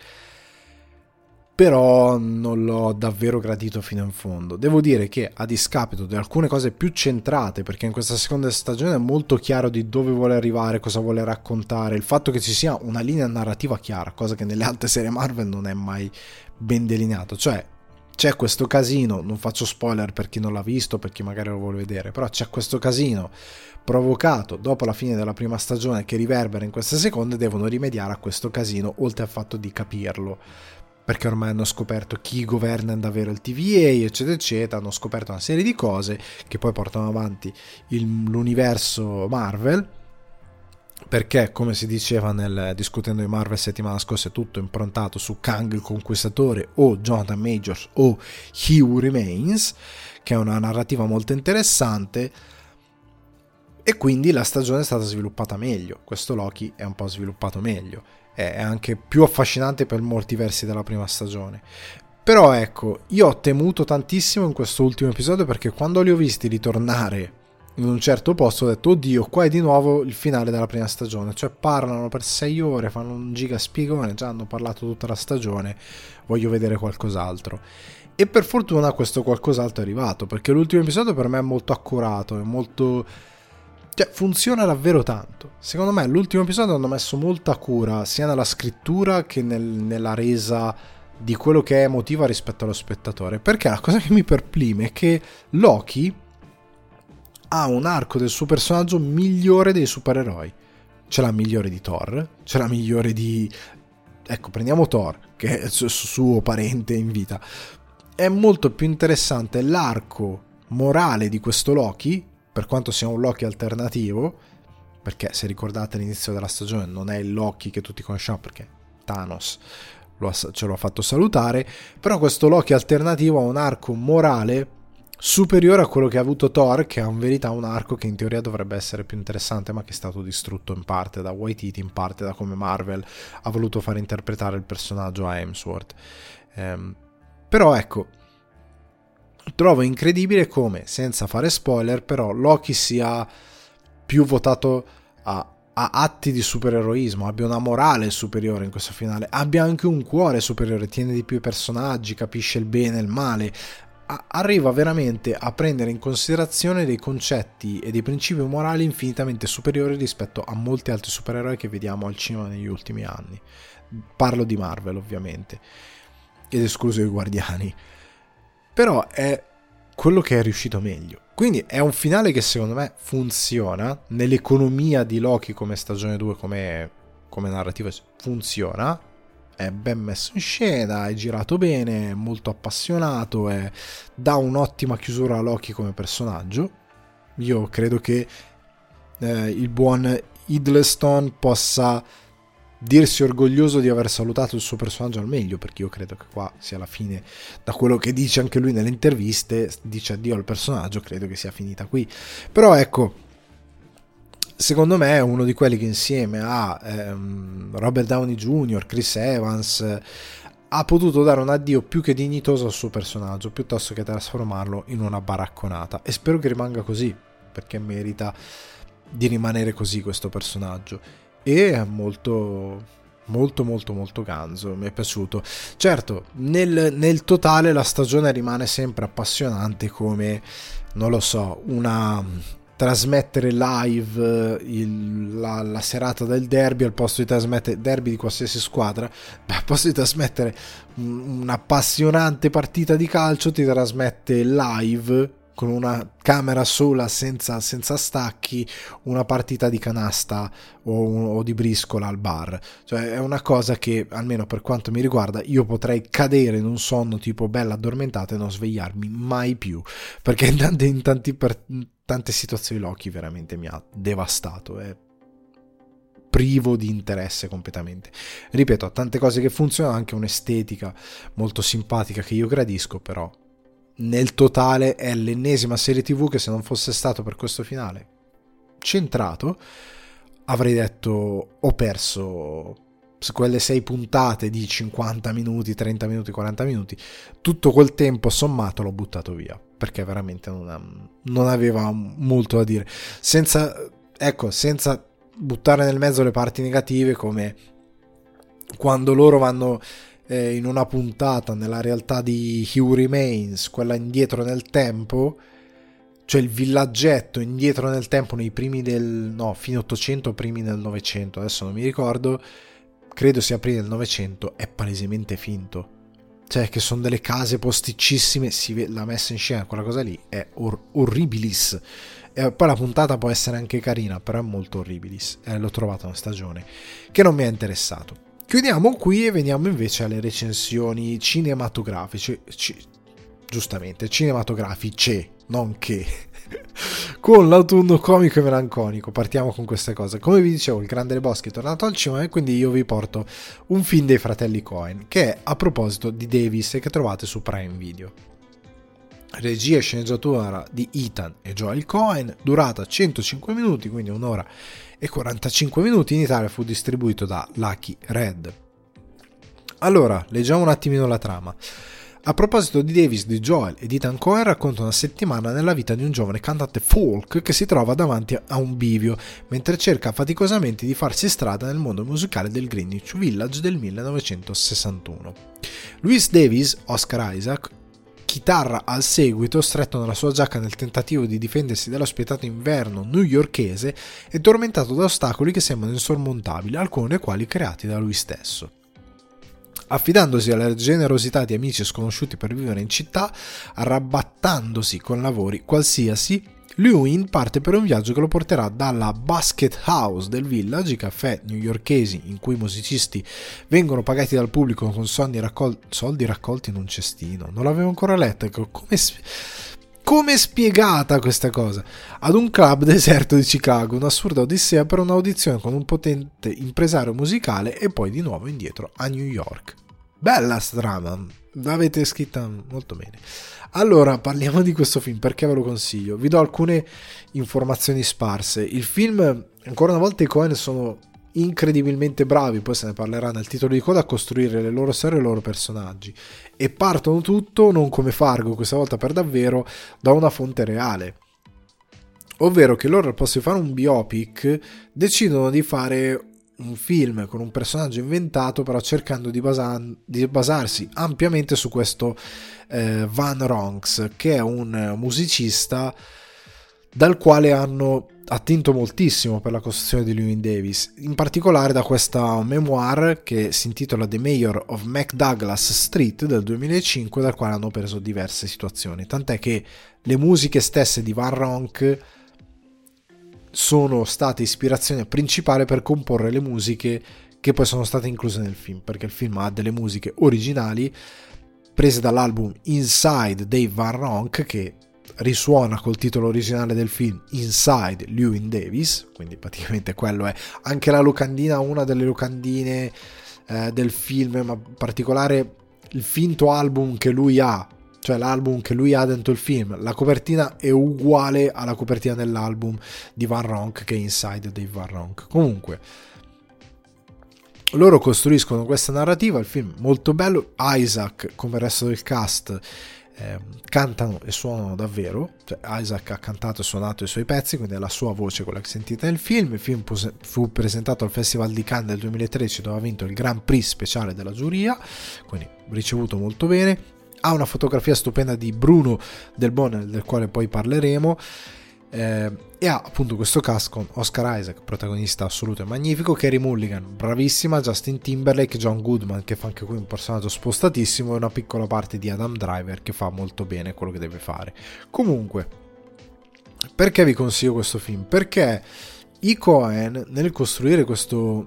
però non l'ho davvero gradito fino in fondo. Devo dire che, a discapito di alcune cose più centrate, perché in questa seconda stagione è molto chiaro di dove vuole arrivare, cosa vuole raccontare, il fatto che ci sia una linea narrativa chiara, cosa che nelle altre serie Marvel non è mai ben delineato, cioè c'è questo casino, non faccio spoiler per chi non l'ha visto, per chi magari lo vuole vedere, però c'è questo casino provocato dopo la fine della prima stagione che riverbera in questa seconda, e devono rimediare a questo casino, oltre al fatto di capirlo, perché ormai hanno scoperto chi governa davvero il TVA, eccetera eccetera, hanno scoperto una serie di cose che poi portano avanti l'universo Marvel, perché, come si diceva discutendo di Marvel settimana scorsa, è tutto improntato su Kang il Conquistatore o Jonathan Majors o He Who Remains, che è una narrativa molto interessante, e quindi la stagione è stata sviluppata meglio. Questo Loki è un po' sviluppato meglio, è anche più affascinante per molti versi della prima stagione. Però ecco, io ho temuto tantissimo in questo ultimo episodio, perché quando li ho visti ritornare in un certo posto ho detto oddio, qua è di nuovo il finale della prima stagione, cioè parlano per 6 ore, fanno un giga spiegone, già hanno parlato tutta la stagione, voglio vedere qualcos'altro. E per fortuna questo qualcos'altro è arrivato, perché l'ultimo episodio per me è molto accurato, è molto, cioè funziona davvero tanto. Secondo me l'ultimo episodio hanno messo molta cura sia nella scrittura che nella resa di quello che è emotiva rispetto allo spettatore, perché la cosa che mi perplime è che Loki ha un arco del suo personaggio migliore dei supereroi. C'è la migliore di Thor, c'è la migliore di... ecco, prendiamo Thor, che è il suo parente in vita. È molto più interessante l'arco morale di questo Loki, per quanto sia un Loki alternativo, perché se ricordate all'inizio della stagione non è il Loki che tutti conosciamo, perché Thanos ce lo ha fatto salutare, però questo Loki alternativo ha un arco morale superiore a quello che ha avuto Thor, che ha in verità un arco che in teoria dovrebbe essere più interessante, ma che è stato distrutto in parte da Waititi, in parte da come Marvel ha voluto far interpretare il personaggio a Hemsworth. Però ecco, trovo incredibile come, senza fare spoiler, però Loki sia più votato a atti di supereroismo, abbia una morale superiore in questo finale, abbia anche un cuore superiore, tiene di più i personaggi, capisce il bene e il male, arriva veramente a prendere in considerazione dei concetti e dei principi morali infinitamente superiori rispetto a molti altri supereroi che vediamo al cinema negli ultimi anni. Parlo di Marvel, ovviamente, ed escluso i Guardiani, però è quello che è riuscito meglio. Quindi è un finale che secondo me funziona nell'economia di Loki come stagione 2, come narrativa funziona, è ben messo in scena, è girato bene, è molto appassionato, dà un'ottima chiusura a Loki come personaggio. Io credo che il buon Hiddleston possa dirsi orgoglioso di aver salutato il suo personaggio al meglio, perché io credo che qua sia la fine, da quello che dice anche lui nelle interviste, dice addio al personaggio, credo che sia finita qui. Però ecco, secondo me è uno di quelli che insieme a Robert Downey Jr., Chris Evans, ha potuto dare un addio più che dignitoso al suo personaggio, piuttosto che trasformarlo in una baracconata, e spero che rimanga così, perché merita di rimanere così questo personaggio, e è molto ganzo, mi è piaciuto. Certo, nel totale la stagione rimane sempre appassionante, come, non lo so, trasmettere live la serata del derby, al posto di trasmettere derby di qualsiasi squadra, al posto di trasmettere un'appassionante partita di calcio, ti trasmette live con una camera sola, senza stacchi, una partita di canasta o di briscola al bar. Cioè è una cosa che, almeno per quanto mi riguarda, io potrei cadere in un sonno tipo bella addormentata e non svegliarmi mai più, perché in tante situazioni Loki veramente mi ha devastato, è privo di interesse completamente. Ripeto, ha tante cose che funzionano, anche un'estetica molto simpatica che io gradisco, però nel totale è l'ennesima serie TV che, se non fosse stato per questo finale centrato, avrei detto ho perso quelle 6 puntate di 50 minuti, 30 minuti, 40 minuti, tutto quel tempo sommato l'ho buttato via, perché veramente non aveva molto da dire, senza buttare nel mezzo le parti negative, come quando loro vanno in una puntata nella realtà di Who Remains, quella indietro nel tempo, cioè il villaggetto indietro nel tempo nei primi fine 800, primi del 900, adesso non mi ricordo, credo sia primi del 900, è palesemente finto, cioè che sono delle case posticcissime, la messa in scena, quella cosa lì è orribilis, e poi la puntata può essere anche carina, però è molto orribilis, l'ho trovata una stagione che non mi ha interessato. Chiudiamo qui e veniamo invece alle recensioni cinematografiche, giustamente, cinematografiche, non che, con l'autunno comico e melanconico. Partiamo con queste cose. Come vi dicevo, Il Grande Lebowski è tornato al cinema, e quindi io vi porto un film dei fratelli Coen, che è a proposito di Davis e che trovate su Prime Video. Regia e sceneggiatura di Ethan e Joel Coen, durata 105 minuti, quindi 1 ora e 45 minuti. In Italia fu distribuito da Lucky Red. Allora, leggiamo un attimino la trama. A proposito di Davis, di Joel e di Ethan Coen, racconta una settimana nella vita di un giovane cantante folk che si trova davanti a un bivio mentre cerca faticosamente di farsi strada nel mondo musicale del Greenwich Village del 1961. Louis Davis, Oscar Isaac, chitarra al seguito, stretto nella sua giacca nel tentativo di difendersi dallo spietato inverno newyorkese, è tormentato da ostacoli che sembrano insormontabili, alcuni dei quali creati da lui stesso. Affidandosi alla generosità di amici sconosciuti per vivere in città, arrabattandosi con lavori qualsiasi, Lewin parte per un viaggio che lo porterà dalla Basket House del Village, i caffè newyorkesi in cui i musicisti vengono pagati dal pubblico con soldi raccolti in un cestino. Non l'avevo ancora letto, come è spiegata questa cosa? Ad un club deserto di Chicago, un'assurda odissea per un'audizione con un potente impresario musicale, e poi di nuovo indietro a New York. Bella strana, l'avete scritta molto bene. Allora, parliamo di questo film, perché ve lo consiglio. Vi do alcune informazioni sparse. Il film, ancora una volta, i Coen sono incredibilmente bravi, poi se ne parlerà nel titolo di coda, a costruire le loro storie e i loro personaggi, e partono tutto, non come Fargo, questa volta per davvero, da una fonte reale, ovvero che loro, al posto di fare un biopic, decidono di fare un film con un personaggio inventato, però cercando di basarsi ampiamente su questo Van Ronks, che è un musicista dal quale hanno attinto moltissimo per la costruzione di Llewyn Davis, in particolare da questa memoir che si intitola The Mayor of McDouglas Street del 2005, dal quale hanno preso diverse situazioni, tant'è che le musiche stesse di Van Ronk sono state ispirazione principale per comporre le musiche che poi sono state incluse nel film, perché il film ha delle musiche originali prese dall'album Inside Dave Van Ronk, che risuona col titolo originale del film Inside Llewyn Davis, quindi praticamente quello è anche la locandina, una delle locandine del film, ma in particolare il finto album che lui ha, cioè l'album che lui ha dentro il film, la copertina è uguale alla copertina dell'album di Van Ronk, che è Inside Dave Van Ronk. Comunque, Loro costruiscono questa narrativa, il film è molto bello. Isaac, come il resto del cast, cantano e suonano davvero, cioè Isaac ha cantato e suonato i suoi pezzi, quindi è la sua voce quella che sentite nel film. Il film fu presentato al Festival di Cannes del 2013, dove ha vinto il Grand Prix speciale della giuria, quindi ricevuto molto bene. Ha una fotografia stupenda di Bruno Del Bonne, del quale poi parleremo, e ha appunto questo cast con Oscar Isaac, protagonista assoluto e magnifico, Carey Mulligan, bravissima, Justin Timberlake, John Goodman, che fa anche qui un personaggio spostatissimo, e una piccola parte di Adam Driver, che fa molto bene quello che deve fare. Comunque, perché vi consiglio questo film? Perché i Coen, nel costruire questo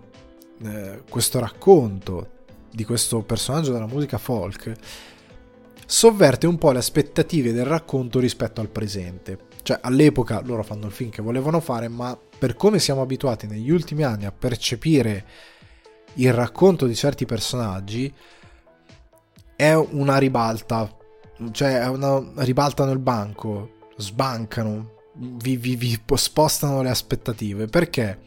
racconto di questo personaggio della musica folk, sovverte un po' le aspettative del racconto rispetto al presente. Cioè, all'epoca loro fanno il film che volevano fare, ma per come siamo abituati negli ultimi anni a percepire il racconto di certi personaggi, è una ribalta. Cioè, è una ribalta nel banco, sbancano, vi spostano le aspettative, perché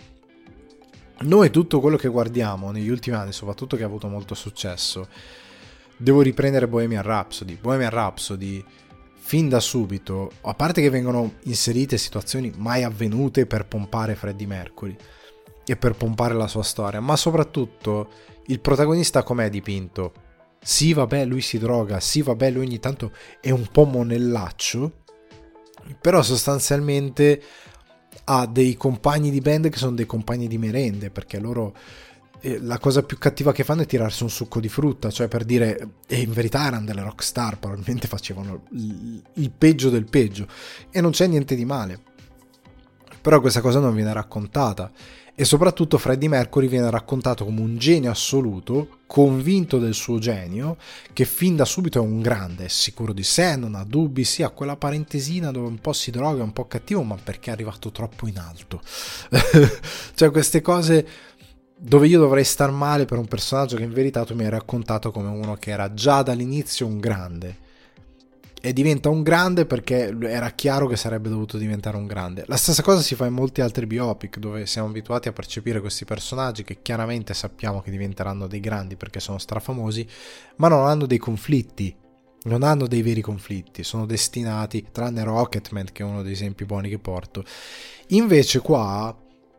noi tutto quello che guardiamo negli ultimi anni, soprattutto che ha avuto molto successo, devo riprendere Bohemian Rhapsody, fin da subito, a parte che vengono inserite situazioni mai avvenute per pompare Freddie Mercury e per pompare la sua storia, ma soprattutto il protagonista com'è dipinto? Sì, vabbè, lui si droga, sì, vabbè, lui ogni tanto è un po' monellaccio, però sostanzialmente ha dei compagni di band che sono dei compagni di merende, perché loro la cosa più cattiva che fanno è tirarsi un succo di frutta, cioè per dire, e in verità erano delle rockstar, probabilmente facevano il peggio del peggio, e non c'è niente di male, però questa cosa non viene raccontata. E soprattutto Freddie Mercury viene raccontato come un genio assoluto, convinto del suo genio, che fin da subito è un grande, è sicuro di sé, non ha dubbi, sì, ha quella parentesina dove un po' si droga, è un po' cattivo, ma perché è arrivato troppo in alto. Cioè queste cose dove io dovrei star male per un personaggio che in verità tu mi hai raccontato come uno che era già dall'inizio un grande, e diventa un grande perché era chiaro che sarebbe dovuto diventare un grande. La stessa cosa si fa in molti altri biopic, dove siamo abituati a percepire questi personaggi che chiaramente sappiamo che diventeranno dei grandi perché sono strafamosi, ma non hanno dei conflitti, non hanno dei veri conflitti, sono destinati, tranne Rocketman che è uno dei esempi buoni che porto. Invece qua,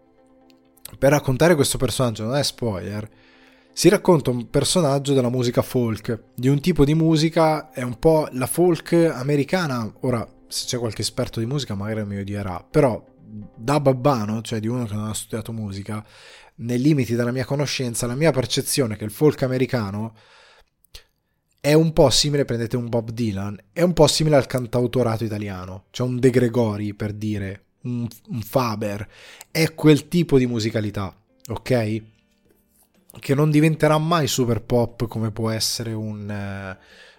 per raccontare questo personaggio, non è spoiler, si racconta un personaggio della musica folk, di un tipo di musica, è un po' la folk americana. Ora, se c'è qualche esperto di musica magari mi odierà, però da babbano, cioè di uno che non ha studiato musica, nei limiti della mia conoscenza, la mia percezione è che il folk americano è un po' simile, prendete un Bob Dylan, è un po' simile al cantautorato italiano, cioè un De Gregori, per dire, un Faber, è quel tipo di musicalità, ok? Che non diventerà mai super pop come può essere un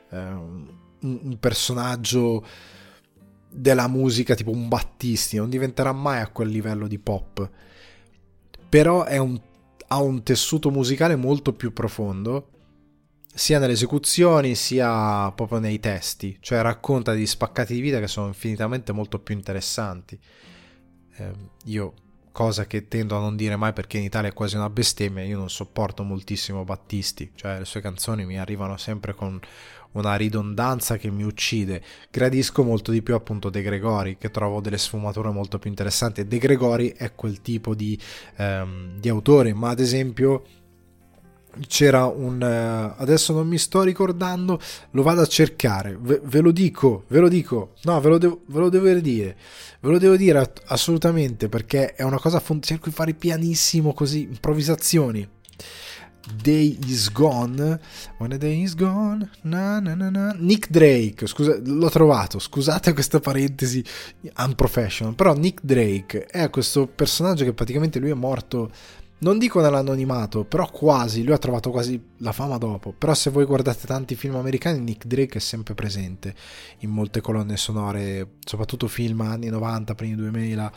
personaggio della musica tipo un Battisti, non diventerà mai a quel livello di pop, però ha un tessuto musicale molto più profondo, sia nelle esecuzioni sia proprio nei testi, cioè racconta di spaccati di vita che sono infinitamente molto più interessanti. Io, cosa che tendo a non dire mai perché in Italia è quasi una bestemmia, io non sopporto moltissimo Battisti, cioè le sue canzoni mi arrivano sempre con una ridondanza che mi uccide. Gradisco molto di più appunto De Gregori, che trovo delle sfumature molto più interessanti. De Gregori è quel tipo di autore, ma ad esempio c'era adesso non mi sto ricordando, lo vado a cercare, ve lo dico, no, ve lo devo dire assolutamente, perché è una cosa cerco di fare pianissimo così, improvvisazioni. Day is Gone, When a Day is Gone, na na na na. Nick Drake, scusa, l'ho trovato, scusate questa parentesi unprofessional, però Nick Drake è questo personaggio che praticamente lui è morto, non dico nell'anonimato, però quasi, lui ha trovato quasi la fama dopo. Però se voi guardate tanti film americani, Nick Drake è sempre presente in molte colonne sonore, soprattutto film anni 90, primi 2000.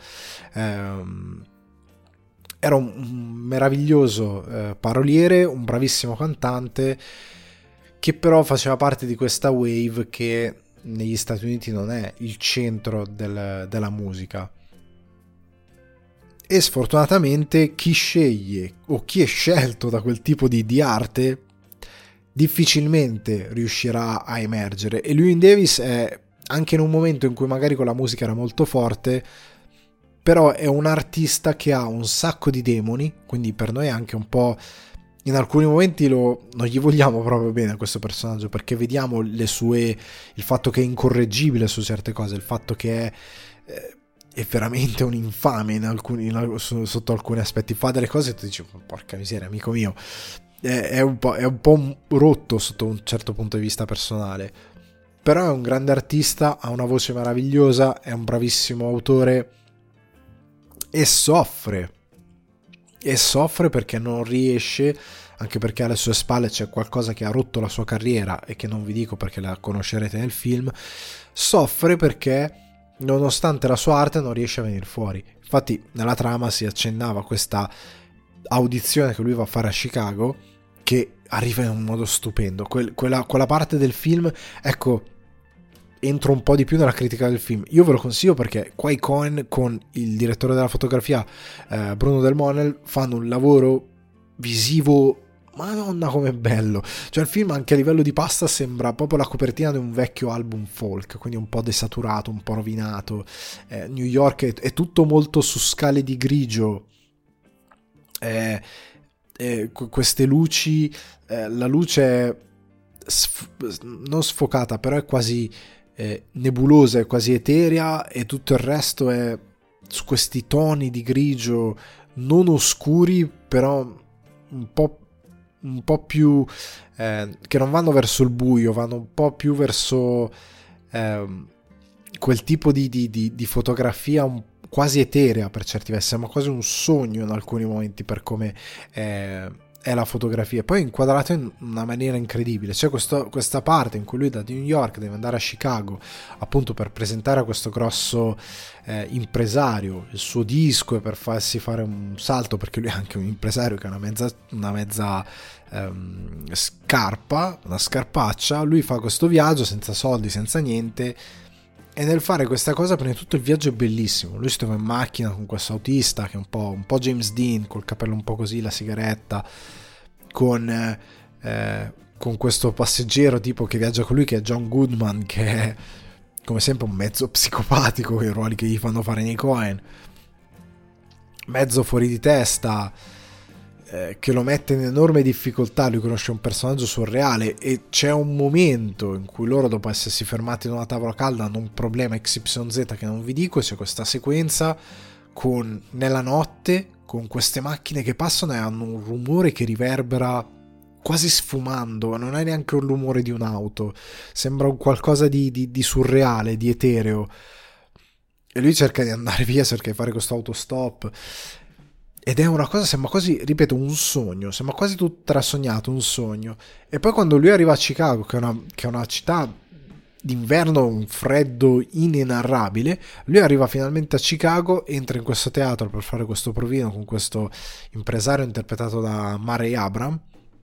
Era un meraviglioso paroliere, un bravissimo cantante, che però faceva parte di questa wave che negli Stati Uniti non è il centro della musica. E sfortunatamente chi sceglie o chi è scelto da quel tipo di arte difficilmente riuscirà a emergere. E Llewyn Davis è, anche in un momento in cui magari con la musica era molto forte, però è un artista che ha un sacco di demoni, quindi per noi è anche un po', in alcuni momenti non gli vogliamo proprio bene a questo personaggio, perché vediamo il fatto che è incorreggibile su certe cose, il fatto che è veramente un infame sotto alcuni aspetti, fa delle cose e tu dici porca miseria, amico mio, è un po' rotto sotto un certo punto di vista personale, però è un grande artista, ha una voce meravigliosa, è un bravissimo autore e soffre perché non riesce, anche perché alle sue spalle c'è qualcosa che ha rotto la sua carriera e che non vi dico perché la conoscerete nel film. Soffre perché nonostante la sua arte non riesce a venire fuori. Infatti nella trama si accennava questa audizione che lui va a fare a Chicago, che arriva in un modo stupendo. Quella parte del film, ecco, entro un po' di più nella critica del film. Io ve lo consiglio perché qua i Coen con il direttore della fotografia Bruno Del Monel fanno un lavoro visivo, madonna com'è bello. Cioè il film anche a livello di pasta sembra proprio la copertina di un vecchio album folk, quindi un po' desaturato, un po' rovinato. New York è tutto molto su scale di grigio, queste luci, la luce è non sfocata, però è quasi nebulosa, è quasi eterea, e tutto il resto è su questi toni di grigio non oscuri, però un po' più che non vanno verso il buio, vanno un po' più verso quel tipo di fotografia quasi eterea per certi versi, sembra quasi un sogno in alcuni momenti per come è la fotografia, poi inquadrato in una maniera incredibile. C'è questa parte in cui lui da New York deve andare a Chicago appunto per presentare a questo grosso impresario il suo disco e per farsi fare un salto, perché lui è anche un impresario che ha una mezza scarpa, una scarpaccia. Lui fa questo viaggio senza soldi, senza niente, e nel fare questa cosa, prima di tutto il viaggio è bellissimo. Lui si trova in macchina con questo autista che è un po' James Dean, col capello un po' così, la sigaretta, con questo passeggero tipo che viaggia con lui, che è John Goodman, che è come sempre un mezzo psicopatico, i ruoli che gli fanno fare nei Coen, mezzo fuori di testa, che lo mette in enorme difficoltà. Lui conosce un personaggio surreale e c'è un momento in cui loro, dopo essersi fermati in una tavola calda, hanno un problema XYZ che non vi dico, e c'è questa sequenza nella notte con queste macchine che passano e hanno un rumore che riverbera quasi sfumando, non è neanche un rumore di un'auto, sembra un qualcosa di surreale, di etereo, e lui cerca di andare via, cerca di fare questo autostop. Ed è una cosa, sembra quasi, ripeto, un sogno, sembra quasi tutto trasognato, un sogno. E poi quando lui arriva a Chicago, che è una città d'inverno, un freddo inenarrabile, lui arriva finalmente a Chicago, entra in questo teatro per fare questo provino con questo impresario interpretato da Murray Abraham,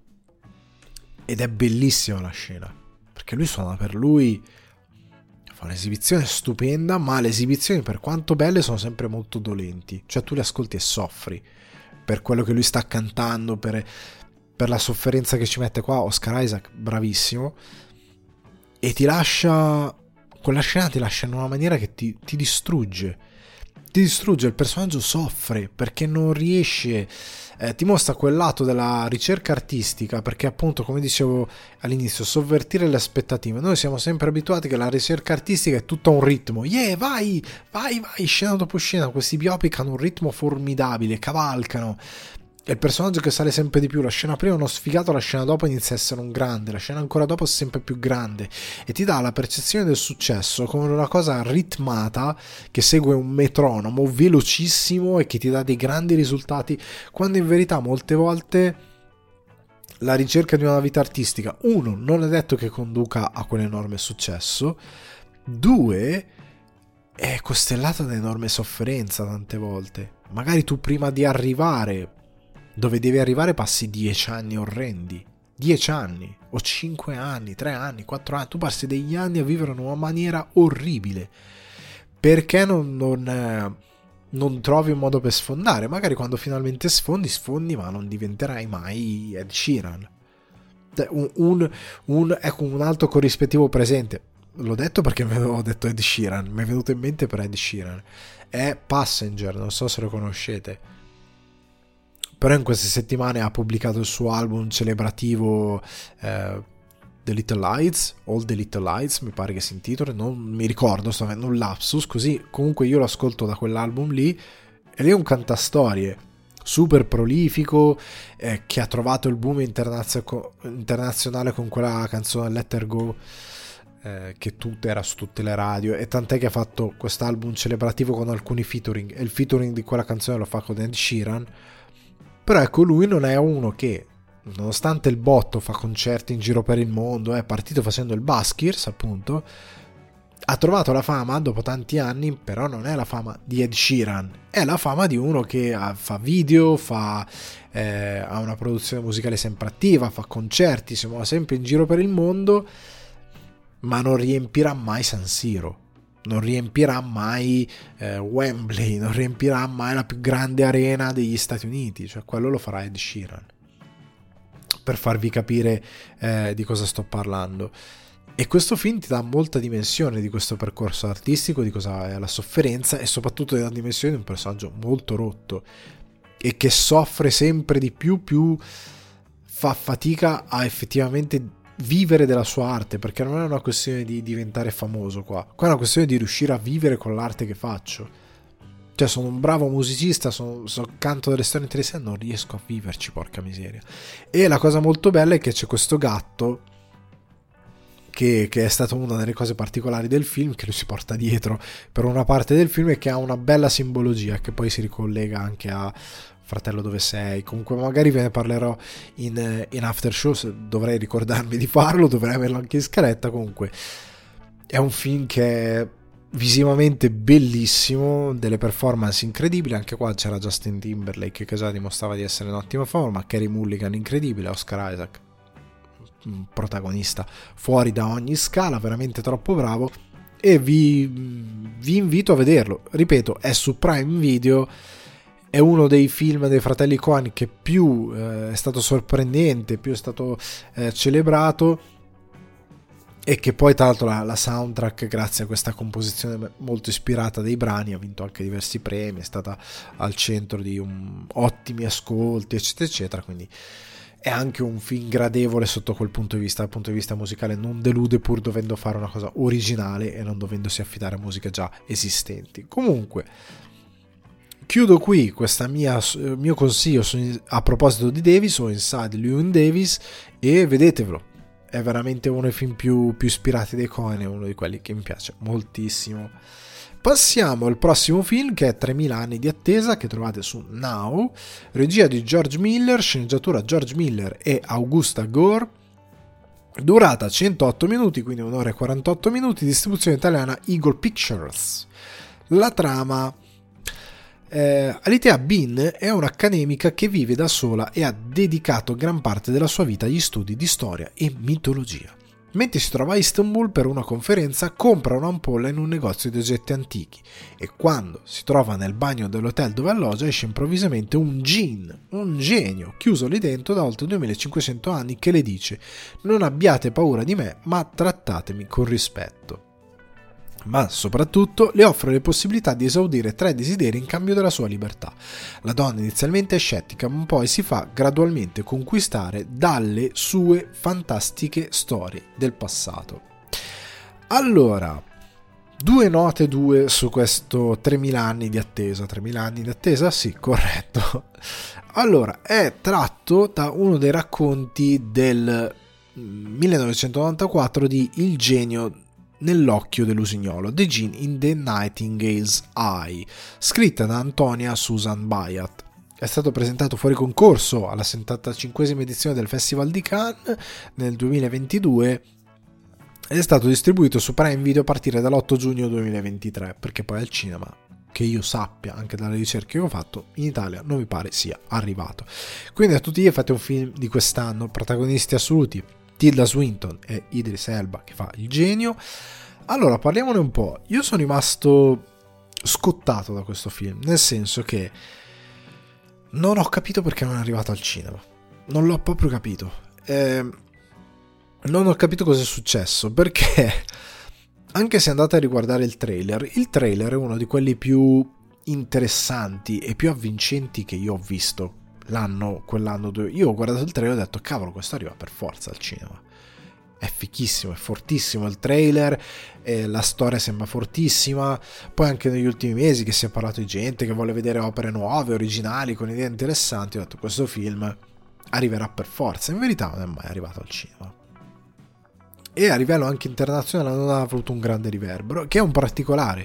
ed è bellissima la scena, perché lui suona per lui, fa un'esibizione stupenda, ma le esibizioni, per quanto belle, sono sempre molto dolenti. Cioè tu le ascolti e soffri per quello che lui sta cantando, per la sofferenza che ci mette qua. Oscar Isaac, bravissimo, e ti lascia, quella scena ti lascia in una maniera che ti distrugge. Il personaggio soffre perché non riesce, ti mostra quel lato della ricerca artistica, perché appunto, come dicevo all'inizio, sovvertire le aspettative. Noi siamo sempre abituati che la ricerca artistica è tutto un ritmo, vai, scena dopo scena, questi biopic hanno un ritmo formidabile, cavalcano, e il personaggio che sale sempre di più, la scena prima è uno sfigato, la scena dopo inizia a essere un grande, la scena ancora dopo è sempre più grande, e ti dà la percezione del successo come una cosa ritmata che segue un metronomo velocissimo e che ti dà dei grandi risultati, quando in verità molte volte la ricerca di una vita artistica, uno, non è detto che conduca a quell'enorme successo, due, è costellata da enorme sofferenza tante volte. Magari tu prima di arrivare dove devi arrivare passi 10 anni orrendi, 10 anni, o 5 anni, 3 anni, 4 anni, tu passi degli anni a vivere in una maniera orribile, perché non non trovi un modo per sfondare. Magari quando finalmente sfondi, ma non diventerai mai Ed Sheeran. Ecco un altro corrispettivo presente. L'ho detto perché mi avevo detto Ed Sheeran, mi è venuto in mente per Ed Sheeran. È Passenger, non so se lo conoscete. Però in queste settimane ha pubblicato il suo album celebrativo The Little Lights, All the Little Lights mi pare che si intitoli, non mi ricordo, sto avendo un lapsus, così comunque io lo ascolto da quell'album lì, e lì è un cantastorie super prolifico, che ha trovato il boom internazionale con quella canzone Let Her Go, che era su tutte le radio, e tant'è che ha fatto quest'album celebrativo con alcuni featuring, e il featuring di quella canzone lo fa con Ed Sheeran. Però ecco, lui non è uno che, nonostante il botto, fa concerti in giro per il mondo, è partito facendo il buskers, appunto, ha trovato la fama dopo tanti anni, però non è la fama di Ed Sheeran, è la fama di uno che fa video, ha una produzione musicale sempre attiva, fa concerti, si muove sempre in giro per il mondo, ma non riempirà mai San Siro, non riempirà mai Wembley, non riempirà mai la più grande arena degli Stati Uniti, cioè quello lo farà Ed Sheeran, per farvi capire di cosa sto parlando. E questo film ti dà molta dimensione di questo percorso artistico, di cosa è la sofferenza, e soprattutto della dimensione di un personaggio molto rotto e che soffre sempre di più fa fatica a effettivamente vivere della sua arte, perché non è una questione di diventare famoso qua è una questione di riuscire a vivere con l'arte che faccio. Cioè, sono un bravo musicista, canto delle storie interessanti, non riesco a viverci, porca miseria. E la cosa molto bella è che c'è questo gatto che è stata una delle cose particolari del film, che lui si porta dietro per una parte del film, e che ha una bella simbologia che poi si ricollega anche a Fratello dove sei. Comunque magari ve ne parlerò in after show, dovrei ricordarmi di farlo, dovrei averlo anche in scaletta. Comunque è un film che è visivamente bellissimo, delle performance incredibili, anche qua c'era Justin Timberlake che già dimostrava di essere in ottima forma, Carey Mulligan incredibile, Oscar Isaac protagonista fuori da ogni scala, veramente troppo bravo, e vi invito a vederlo. Ripeto, è su Prime Video, è uno dei film dei fratelli Coen che più è stato sorprendente, più è stato celebrato, e che poi tra l'altro la soundtrack, grazie a questa composizione molto ispirata dei brani, ha vinto anche diversi premi, è stata al centro di ottimi ascolti, eccetera eccetera, quindi è anche un film gradevole sotto quel punto di vista. Dal punto di vista musicale non delude, pur dovendo fare una cosa originale e non dovendosi affidare a musiche già esistenti. Comunque chiudo qui questo mio consiglio a proposito di Davis, o Inside Llewyn Davis, e vedetevelo, è veramente uno dei film più ispirati dei Coen, è uno di quelli che mi piace moltissimo. Passiamo al prossimo film, che è 3000 anni di attesa, che trovate su Now, regia di George Miller, sceneggiatura George Miller e Augusta Gore, durata 108 minuti, quindi 1 ora e 48 minuti, distribuzione italiana Eagle Pictures. La trama: Alitea Bean è un'accademica che vive da sola e ha dedicato gran parte della sua vita agli studi di storia e mitologia. Mentre si trova a Istanbul per una conferenza, compra un'ampolla in un negozio di oggetti antichi, e quando si trova nel bagno dell'hotel dove alloggia esce improvvisamente un djinn, un genio, chiuso lì dentro da oltre 2500 anni, che le dice: non abbiate paura di me, ma trattatemi con rispetto. Ma soprattutto le offre le possibilità di esaudire 3 desideri in cambio della sua libertà. La donna inizialmente è scettica, ma poi si fa gradualmente conquistare dalle sue fantastiche storie del passato. Allora, 2 note su questo 3000 anni di attesa. 3000 anni di attesa? Sì, corretto. Allora, è tratto da uno dei racconti del 1994 di Il genio nell'occhio dell'usignolo, The Djinn in the Nightingale's Eye, scritta da Antonia Susan Bayat. È stato presentato fuori concorso alla 75esima edizione del Festival di Cannes nel 2022 ed è stato distribuito su Prime Video a partire dall'8 giugno 2023, perché poi al cinema, che io sappia, anche dalle ricerche che ho fatto, in Italia non mi pare sia arrivato. Quindi a tutti gli effetti è un film di quest'anno, protagonisti assoluti Tilda Swinton e Idris Elba che fa il genio. Allora, parliamone un po'. Io sono rimasto scottato da questo film, nel senso che non ho capito perché non è arrivato al cinema, non l'ho proprio capito, non ho capito cosa è successo, perché anche se andate a riguardare il trailer è uno di quelli più interessanti e più avvincenti che io ho visto quell'anno. Io ho guardato il trailer e ho detto cavolo, questo arriva per forza al cinema, è fichissimo, è fortissimo il trailer, la storia sembra fortissima. Poi anche negli ultimi mesi che si è parlato di gente che vuole vedere opere nuove, originali, con idee interessanti, ho detto questo film arriverà per forza. In verità non è mai arrivato al cinema, e a livello anche internazionale non ha avuto un grande riverbero, che è un particolare,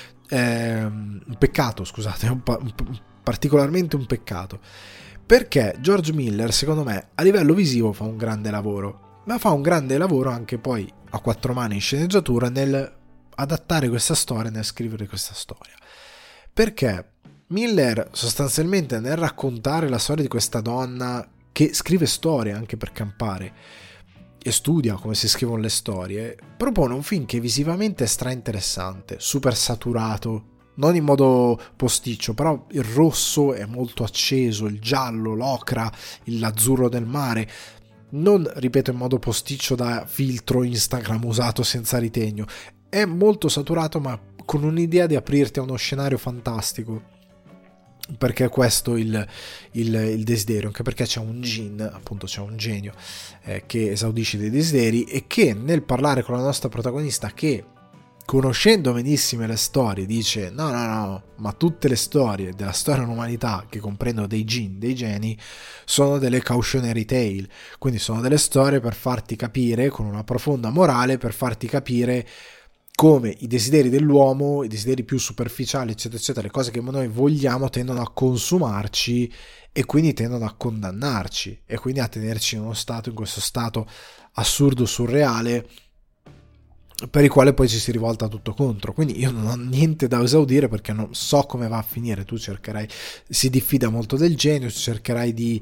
un peccato, scusate, è particolarmente un peccato, perché George Miller secondo me a livello visivo fa un grande lavoro, ma fa un grande lavoro anche poi a quattro mani in sceneggiatura nel adattare questa storia, nel scrivere questa storia, perché Miller sostanzialmente nel raccontare la storia di questa donna che scrive storie anche per campare e studia come si scrivono le storie, propone un film che visivamente è stra-interessante, super saturato, non in modo posticcio, però il rosso è molto acceso, il giallo, l'ocra, l'azzurro del mare, non, ripeto, in modo posticcio da filtro Instagram usato senza ritegno, è molto saturato ma con un'idea di aprirti a uno scenario fantastico, perché questo il desiderio, anche perché c'è un gin, appunto c'è un genio che esaudisce dei desideri, e che nel parlare con la nostra protagonista, che conoscendo benissimo le storie dice no, ma tutte le storie della storia dell'umanità che comprendono dei gin, dei geni, sono delle cautionary tale, quindi sono delle storie per farti capire, con una profonda morale, per farti capire come i desideri dell'uomo, i desideri più superficiali, eccetera eccetera, le cose che noi vogliamo tendono a consumarci e quindi tendono a condannarci e quindi a tenerci in uno stato, in questo stato assurdo, surreale, per il quale poi ci si rivolta tutto contro. Quindi io non ho niente da esaudire, perché non so come va a finire. Tu cercherai, si diffida molto del genio, cercherai di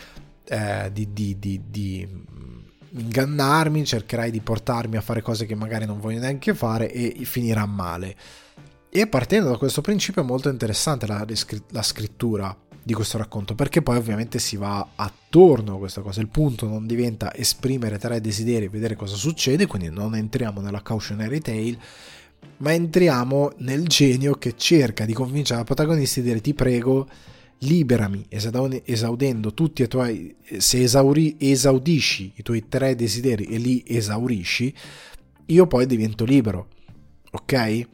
ingannarmi, cercherai di portarmi a fare cose che magari non voglio neanche fare, e finirà male. E partendo da questo principio è molto interessante la scrittura di questo racconto, perché poi ovviamente si va attorno a questa cosa. Il punto non diventa esprimere tre desideri e vedere cosa succede, quindi non entriamo nella cautionary tale, ma entriamo nel genio che cerca di convincere la protagonista di dire ti prego liberami, esaudendo tutti i tuoi, se esaudisci i tuoi tre desideri e li esaurisci, io poi divento libero, ok?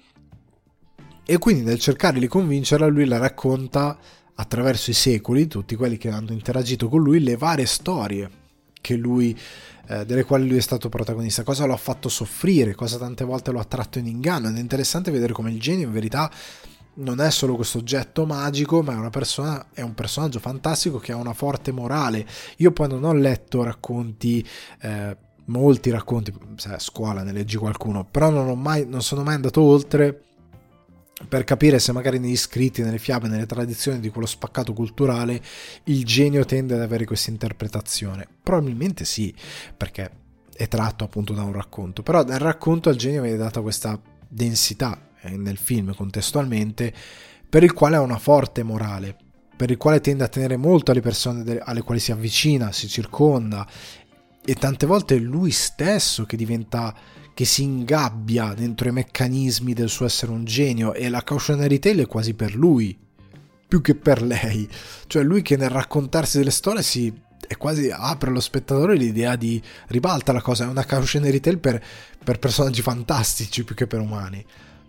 E quindi nel cercare di convincerla, lui la racconta attraverso i secoli, tutti quelli che hanno interagito con lui, le varie storie che lui, delle quali lui è stato protagonista, cosa lo ha fatto soffrire, cosa tante volte lo ha tratto in inganno. Ed è interessante vedere come il genio in verità non è solo questo oggetto magico, ma è un personaggio fantastico che ha una forte morale. Io poi non ho letto racconti, molti racconti, se a scuola ne leggi qualcuno, però non sono mai andato oltre per capire se magari negli scritti, nelle fiabe, nelle tradizioni di quello spaccato culturale il genio tende ad avere questa interpretazione. Probabilmente sì, perché è tratto appunto da un racconto, però dal racconto al genio viene data questa densità nel film contestualmente, per il quale ha una forte morale, per il quale tende a tenere molto alle persone alle quali si avvicina, si circonda, e tante volte è lui stesso che si ingabbia dentro i meccanismi del suo essere un genio, e la cautionary tale è quasi per lui più che per lei, cioè lui che nel raccontarsi delle storie è quasi apre allo spettatore l'idea di ribalta la cosa, è una cautionary tale per personaggi fantastici più che per umani,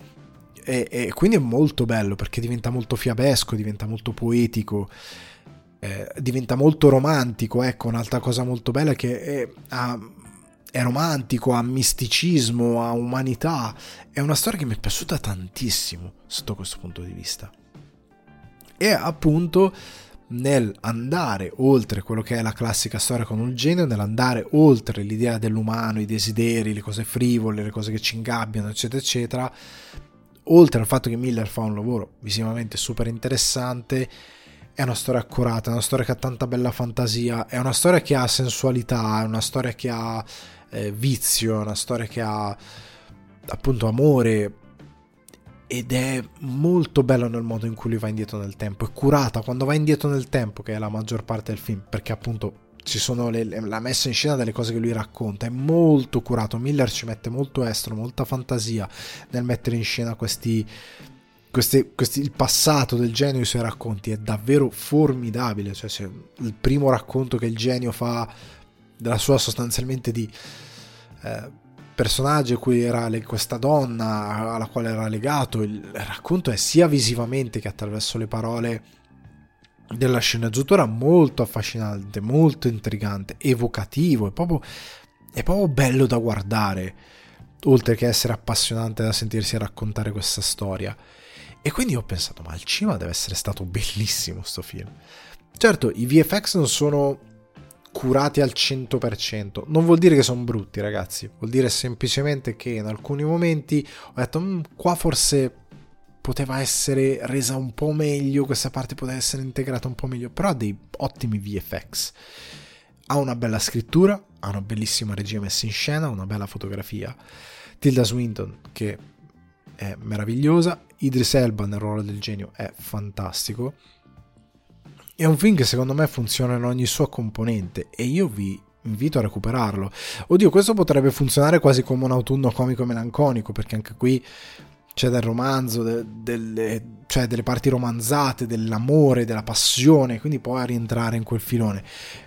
e quindi è molto bello perché diventa molto fiabesco, diventa molto poetico, diventa molto romantico. Ecco, un'altra cosa molto bella è che è romantico, ha misticismo, ha umanità, è una storia che mi è piaciuta tantissimo sotto questo punto di vista, e appunto nel andare oltre quello che è la classica storia con un genio, nell'andare oltre l'idea dell'umano, i desideri, le cose frivole, le cose che ci ingabbiano, eccetera eccetera, oltre al fatto che Miller fa un lavoro visivamente super interessante, è una storia accurata, è una storia che ha tanta bella fantasia, è una storia che ha sensualità, è una storia che ha vizio, è una storia che ha appunto amore, ed è molto bello nel modo in cui lui va indietro nel tempo, è curata quando va indietro nel tempo, che è la maggior parte del film, perché appunto ci sono la messa in scena delle cose che lui racconta, è molto curato. Miller ci mette molto estro, molta fantasia nel mettere in scena il passato del genio e i suoi racconti, è davvero formidabile. Cioè, c'è il primo racconto che il genio fa della sua sostanzialmente di personaggio a cui era questa donna alla quale era legato, il racconto è sia visivamente che attraverso le parole della sceneggiatura molto affascinante, molto intrigante, evocativo, è proprio bello da guardare, oltre che essere appassionante da sentirsi raccontare questa storia. E quindi ho pensato, ma al cinema deve essere stato bellissimo sto film. Certo, i VFX non sono curati al 100%, non vuol dire che sono brutti, ragazzi, vuol dire semplicemente che in alcuni momenti ho detto qua forse poteva essere resa un po' meglio, questa parte poteva essere integrata un po' meglio, però ha dei ottimi VFX, ha una bella scrittura, ha una bellissima regia messa in scena, una bella fotografia. Tilda Swinton che è meravigliosa, Idris Elba nel ruolo del genio è fantastico. È un film che secondo me funziona in ogni sua componente e io vi invito a recuperarlo. Oddio, questo potrebbe funzionare quasi come un autunno comico melanconico, perché anche qui c'è del romanzo, cioè delle parti romanzate, dell'amore, della passione, quindi può rientrare in quel filone.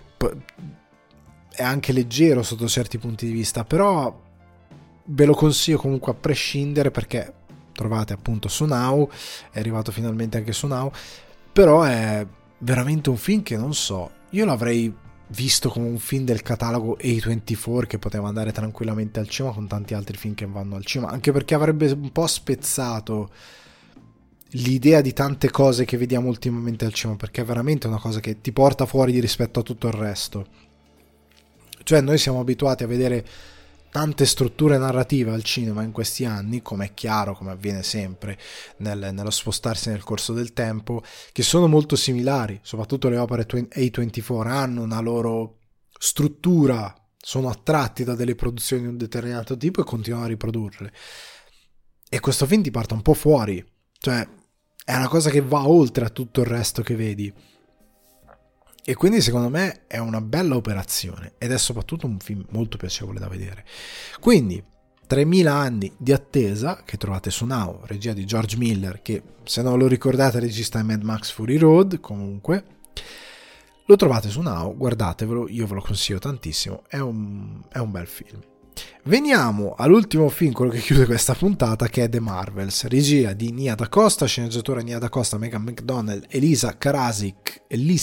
È anche leggero sotto certi punti di vista, però ve lo consiglio comunque a prescindere, perché trovate appunto su Now, è arrivato finalmente anche su Now, però è veramente un film che non so, io l'avrei visto come un film del catalogo A24 che poteva andare tranquillamente al cinema con tanti altri film che vanno al cinema, anche perché avrebbe un po' spezzato l'idea di tante cose che vediamo ultimamente al cinema, perché è veramente una cosa che ti porta fuori rispetto a tutto il resto. Cioè noi siamo abituati a vedere tante strutture narrative al cinema in questi anni, come è chiaro, come avviene sempre nello spostarsi nel corso del tempo, che sono molto similari. Soprattutto le opere A24 hanno una loro struttura, sono attratti da delle produzioni di un determinato tipo e continuano a riprodurle. E questo film ti porta un po' fuori, cioè è una cosa che va oltre a tutto il resto che vedi. E quindi secondo me è una bella operazione ed è soprattutto un film molto piacevole da vedere. Quindi 3000 anni di attesa che trovate su Now, regia di George Miller, che se non lo ricordate regista di Mad Max Fury Road, comunque lo trovate su Now, guardatevelo, io ve lo consiglio tantissimo, è un bel film. Veniamo all'ultimo film, quello che chiude questa puntata, che è The Marvels, regia di Nia Da Costa, sceneggiatura Nia Da Costa, Megan McDonnell, Elissa Karasik,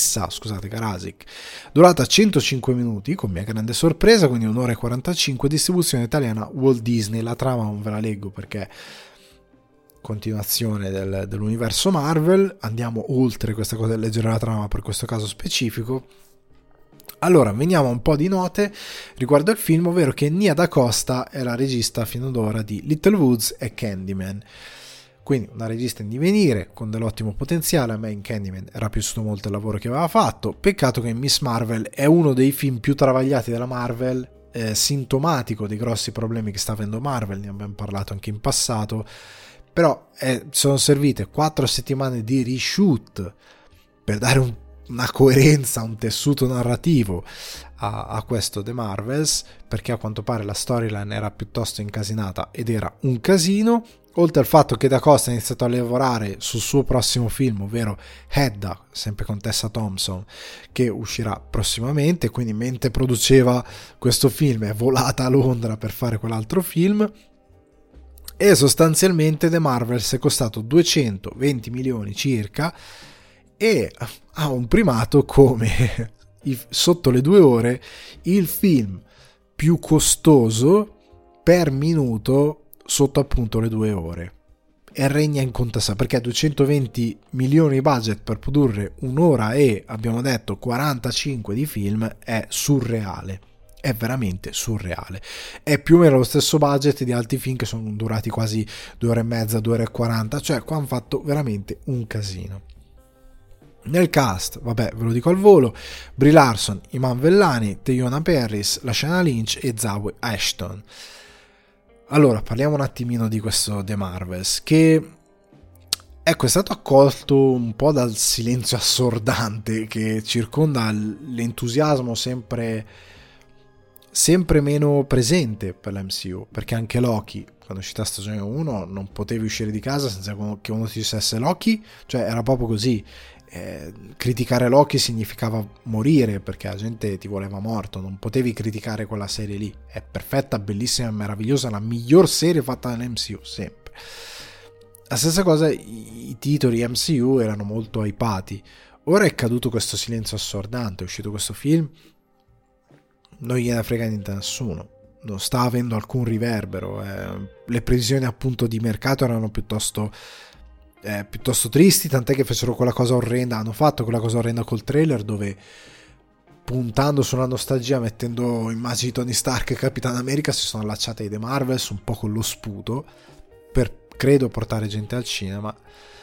durata 105 minuti, con mia grande sorpresa, quindi 1 ora e 45, distribuzione italiana Walt Disney. La trama non ve la leggo perché continuazione dell'universo Marvel, andiamo oltre questa cosa del leggere la trama per questo caso specifico. Allora, veniamo a un po' di note riguardo il film, ovvero che Nia Da Costa è la regista fino ad ora di Little Woods e Candyman. Quindi una regista in divenire, con dell'ottimo potenziale. A me in Candyman era piaciuto molto il lavoro che aveva fatto. Peccato che Miss Marvel è uno dei film più travagliati della Marvel, sintomatico dei grossi problemi che sta avendo Marvel, ne abbiamo parlato anche in passato. Però sono servite 4 settimane di reshoot per dare una coerenza, un tessuto narrativo a questo The Marvels, perché a quanto pare la storyline era piuttosto incasinata ed era un casino, oltre al fatto che Da Costa ha iniziato a lavorare sul suo prossimo film, ovvero Hedda, sempre con Tessa Thompson, che uscirà prossimamente, quindi mentre produceva questo film è volata a Londra per fare quell'altro film. E sostanzialmente The Marvels è costato 220 milioni circa e ha un primato come sotto le 2 ore il film più costoso per minuto sotto appunto le 2 ore, e regna incontestato perché 220 milioni budget per produrre 1 ora e abbiamo detto 45 di film è surreale. È veramente surreale. È più o meno lo stesso budget di altri film che sono durati quasi 2 ore e mezza, 2 ore e 40, cioè qua hanno fatto veramente un casino. Nel cast, vabbè, ve lo dico al volo: Brie Larson, Iman Vellani, Teyonah Parris, Lashana Lynch e Zawe Ashton. Allora, parliamo un attimino di questo The Marvels, che Ecco, è stato accolto un po' dal silenzio assordante che circonda l'entusiasmo sempre meno presente per la MCU, perché anche Loki, quando è uscita stagione 1, non potevi uscire di casa senza che uno ti dicesse Loki, cioè era proprio così. Criticare Loki significava morire, perché la gente ti voleva morto, non potevi criticare quella serie lì. È perfetta, bellissima, meravigliosa, la miglior serie fatta nell'MCU sempre. La stessa cosa, i titoli MCU erano molto hypati. Ora è caduto questo silenzio assordante, è uscito questo film, non gliene frega niente a nessuno, non sta avendo alcun riverbero. Le previsioni appunto di mercato erano piuttosto tristi, tant'è che fecero quella cosa orrenda, hanno fatto quella cosa orrenda col trailer, dove puntando sulla nostalgia, mettendo immagini di Tony Stark e Capitan America, si sono allacciati ai The Marvels un po' con lo sputo per, credo, portare gente al cinema.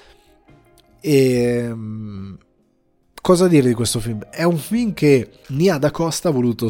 E cosa dire di questo film? È un film che Nia Da Costa ha voluto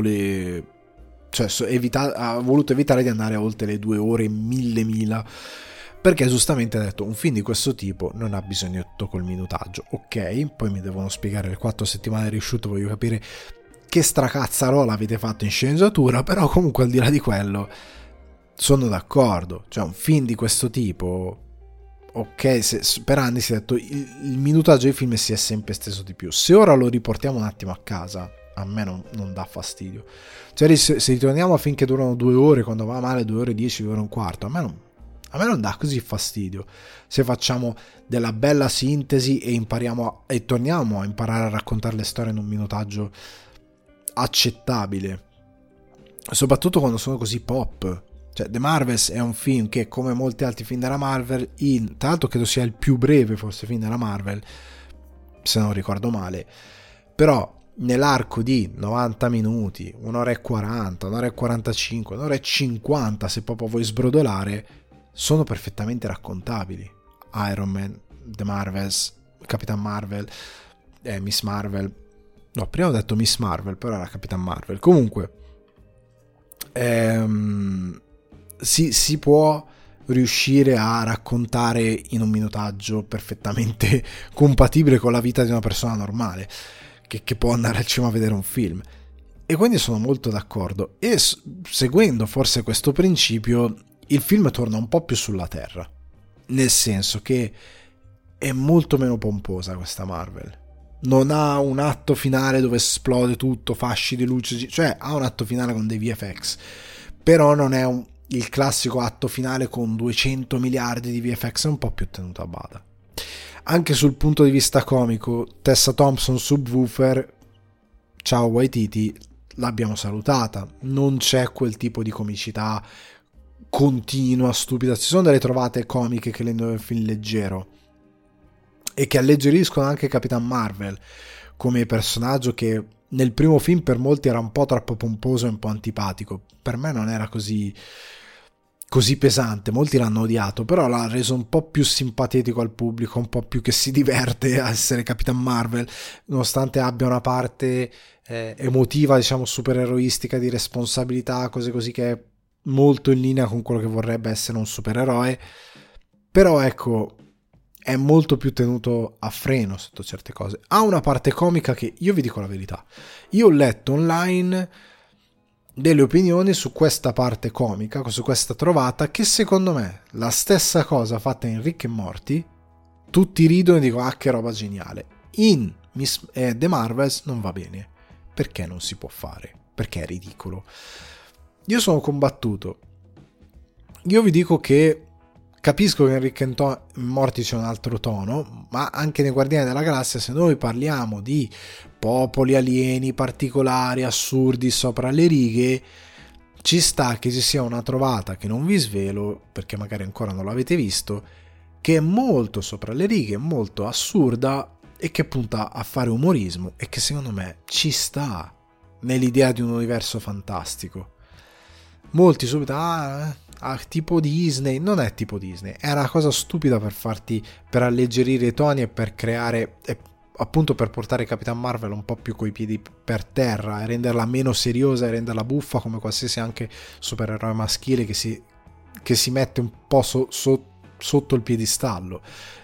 ha voluto evitare di andare oltre le 2 ore e 1000, perché giustamente ha detto un film di questo tipo non ha bisogno col minutaggio. Ok, poi mi devono spiegare le 4 settimane di reshoot, voglio capire che stracazzarola avete fatto in sceneggiatura, però comunque al di là di quello sono d'accordo. Cioè, un film di questo tipo, ok, per anni si è detto il minutaggio dei film si è sempre esteso di più. Se ora lo riportiamo un attimo a casa, a me non dà fastidio. Cioè, se ritorniamo a film che durano 2 ore, quando va male 2 ore e 10, 2 ore e un quarto, a me non dà così fastidio. Se facciamo della bella sintesi e torniamo a imparare a raccontare le storie in un minutaggio accettabile, soprattutto quando sono così pop. Cioè, The Marvels è un film che, come molti altri film della Marvel, tra l'altro credo sia il più breve forse film della Marvel, se non ricordo male, però nell'arco di 90 minuti, 1 ora e 40, 1 ora e 45, 1 ora e 50, se proprio vuoi sbrodolare, sono perfettamente raccontabili. Iron Man, The Marvels, Capitan Marvel, Miss Marvel. No, prima ho detto Miss Marvel, però era Capitan Marvel. Comunque, si può riuscire a raccontare in un minutaggio perfettamente compatibile con la vita di una persona normale che può andare al cinema a vedere un film. E quindi sono molto d'accordo. E seguendo forse questo principio, il film torna un po' più sulla terra, nel senso che è molto meno pomposa questa Marvel. Non ha un atto finale dove esplode tutto, fasci di luce, cioè ha un atto finale con dei VFX, però non è il classico atto finale con 200 miliardi di VFX, è un po' più tenuto a bada. Anche sul punto di vista comico, Tessa Thompson subwoofer, ciao Waititi, l'abbiamo salutata, non c'è quel tipo di comicità continua, stupida. Ci sono delle trovate comiche che rendono il film leggero e che alleggeriscono anche Capitan Marvel come personaggio, che nel primo film per molti era un po' troppo pomposo e un po' antipatico. Per me non era così pesante, molti l'hanno odiato, però l'ha reso un po' più simpatico al pubblico, un po' più che si diverte a essere Capitan Marvel, nonostante abbia una parte emotiva, diciamo supereroistica, di responsabilità, cose così, che è molto in linea con quello che vorrebbe essere un supereroe. Però ecco, è molto più tenuto a freno sotto certe cose. Ha una parte comica che, io vi dico la verità, io ho letto online delle opinioni su questa parte comica, su questa trovata, che secondo me la stessa cosa fatta in Rick e Morty, tutti ridono e dicono che roba geniale. In The Marvels non va bene. Perché non si può fare? Perché è ridicolo. Io sono combattuto. Io vi dico che capisco che in Rick e Morty c'è un altro tono, ma anche nei Guardiani della Galassia, se noi parliamo di popoli alieni particolari, assurdi, sopra le righe, ci sta che ci sia una trovata che non vi svelo, perché magari ancora non l'avete visto, che è molto sopra le righe, molto assurda e che punta a fare umorismo e che secondo me ci sta nell'idea di un universo fantastico. Molti subito tipo Disney. Non è tipo Disney, è una cosa stupida per alleggerire i toni e per creare, appunto per portare Capitan Marvel un po' più coi piedi per terra e renderla meno seriosa e renderla buffa come qualsiasi anche supereroe maschile che si mette un po' sotto il piedistallo.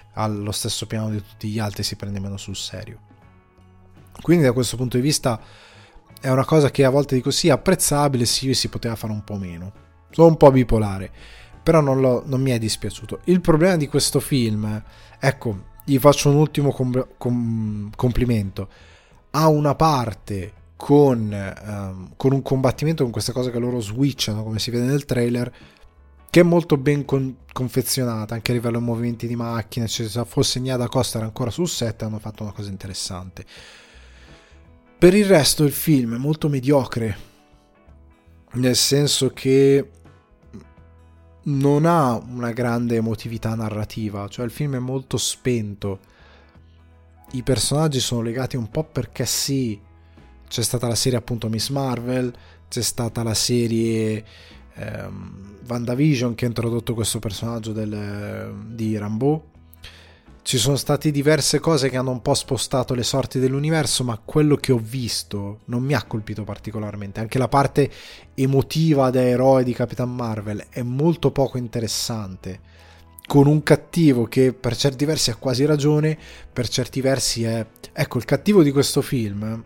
allo stesso piano di tutti gli altri, si prende meno sul serio. Quindi da questo punto di vista è una cosa che a volte dico sì, apprezzabile, sì, si poteva fare un po' meno. Sono un po' bipolare, però non mi è dispiaciuto. Il problema di questo film, ecco, gli faccio un ultimo complimento. Ha una parte con un combattimento, con questa cosa che loro switchano, come si vede nel trailer, che è molto ben confezionata, anche a livello di movimenti di macchine, eccetera. Se fosse Nia Da Costa era ancora sul set, hanno fatto una cosa interessante. Per il resto il film è molto mediocre, nel senso che non ha una grande emotività narrativa, cioè il film è molto spento, i personaggi sono legati un po' perché sì, c'è stata la serie appunto Miss Marvel, c'è stata la serie WandaVision che ha introdotto questo personaggio di Rambeau. Ci sono state diverse cose che hanno un po' spostato le sorti dell'universo, ma quello che ho visto non mi ha colpito particolarmente. Anche la parte emotiva da eroe di Capitan Marvel è molto poco interessante, con un cattivo che per certi versi ha quasi ragione, per certi versi è... Ecco, il cattivo di questo film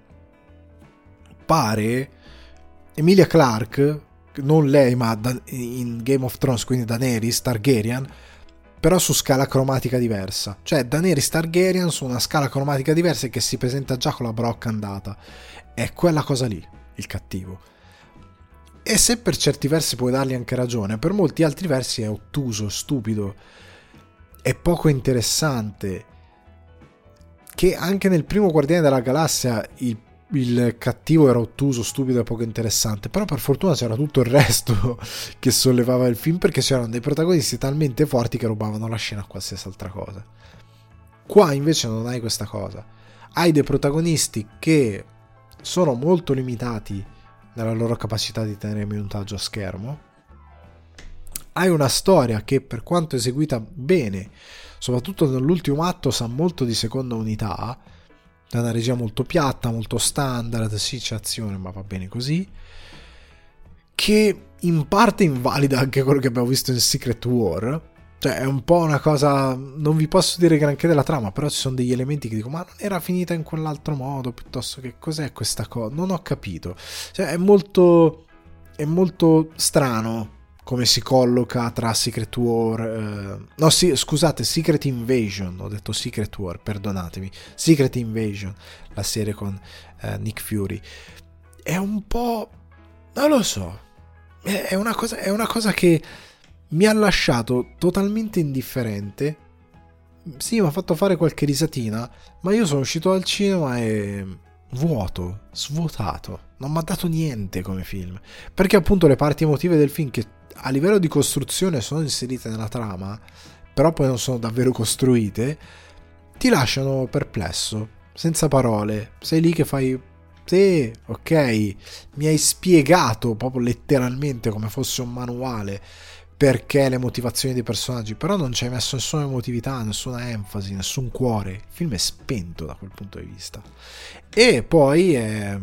pare Emilia Clarke, non lei ma in Game of Thrones, quindi Daenerys Targaryen, però su scala cromatica diversa, cioè Daenerys Targaryen su una scala cromatica diversa e che si presenta già con la brocca andata. È quella cosa lì il cattivo, e se per certi versi puoi dargli anche ragione, per molti altri versi è ottuso, stupido, è poco interessante. Che anche nel primo Guardiani della Galassia il cattivo era ottuso, stupido e poco interessante, però per fortuna c'era tutto il resto che sollevava il film, perché c'erano dei protagonisti talmente forti che rubavano la scena a qualsiasi altra cosa. Qua invece non hai questa cosa, hai dei protagonisti che sono molto limitati nella loro capacità di tenere minutaggio a schermo, hai una storia che, per quanto eseguita bene, soprattutto nell'ultimo atto, sa molto di seconda unità, da una regia molto piatta, molto standard, sì c'è azione ma va bene così, che in parte invalida anche quello che abbiamo visto in Secret War. Cioè è un po' una cosa, non vi posso dire granché della trama, però ci sono degli elementi che dico ma non era finita in quell'altro modo, piuttosto che cos'è questa cosa, non ho capito. Cioè è molto strano come si colloca tra Secret War, no sì, scusate, Secret Invasion, ho detto Secret War, perdonatemi, Secret Invasion, la serie con Nick Fury. È un po', non lo so, è una cosa che mi ha lasciato totalmente indifferente. Sì, mi ha fatto fare qualche risatina, ma io sono uscito dal cinema e vuoto, svuotato, non mi ha dato niente come film, perché appunto le parti emotive del film, che a livello di costruzione sono inserite nella trama, però poi non sono davvero costruite, ti lasciano perplesso, senza parole. Sei lì che fai sì, ok, mi hai spiegato proprio letteralmente come fosse un manuale perché le motivazioni dei personaggi, però non ci hai messo nessuna emotività, nessuna enfasi, nessun cuore. Il film è spento da quel punto di vista. E poi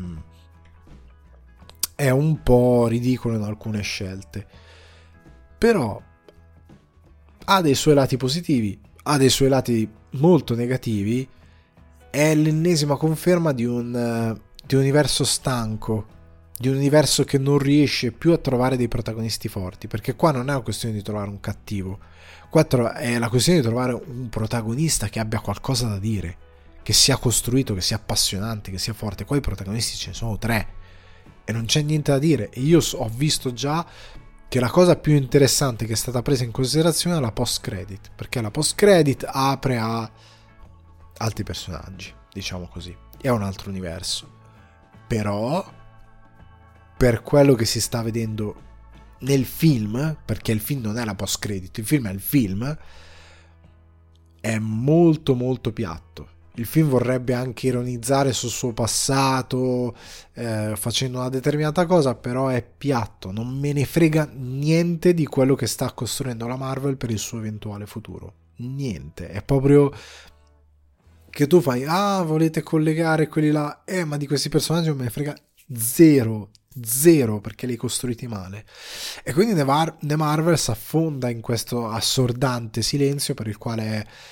è un po' ridicolo in alcune scelte, però ha dei suoi lati positivi, ha dei suoi lati molto negativi. È l'ennesima conferma di un universo stanco, di un universo che non riesce più a trovare dei protagonisti forti, perché qua non è una questione di trovare un cattivo, qua è la questione di trovare un protagonista che abbia qualcosa da dire, che sia costruito, che sia appassionante, che sia forte. Qua i protagonisti ce ne sono 3 e non c'è niente da dire, e io ho visto già che la cosa più interessante che è stata presa in considerazione è la post credit, perché la post credit apre a altri personaggi, diciamo così, è un altro universo. Però per quello che si sta vedendo nel film, perché il film non è la post credit, il film è il film, è molto molto piatto. Il film vorrebbe anche ironizzare sul suo passato, facendo una determinata cosa, però è piatto, non me ne frega niente di quello che sta costruendo la Marvel per il suo eventuale futuro, niente, è proprio che tu fai, volete collegare quelli là, ma di questi personaggi non me ne frega zero, perché li hai costruiti male. E quindi The Marvel si affonda in questo assordante silenzio, per il quale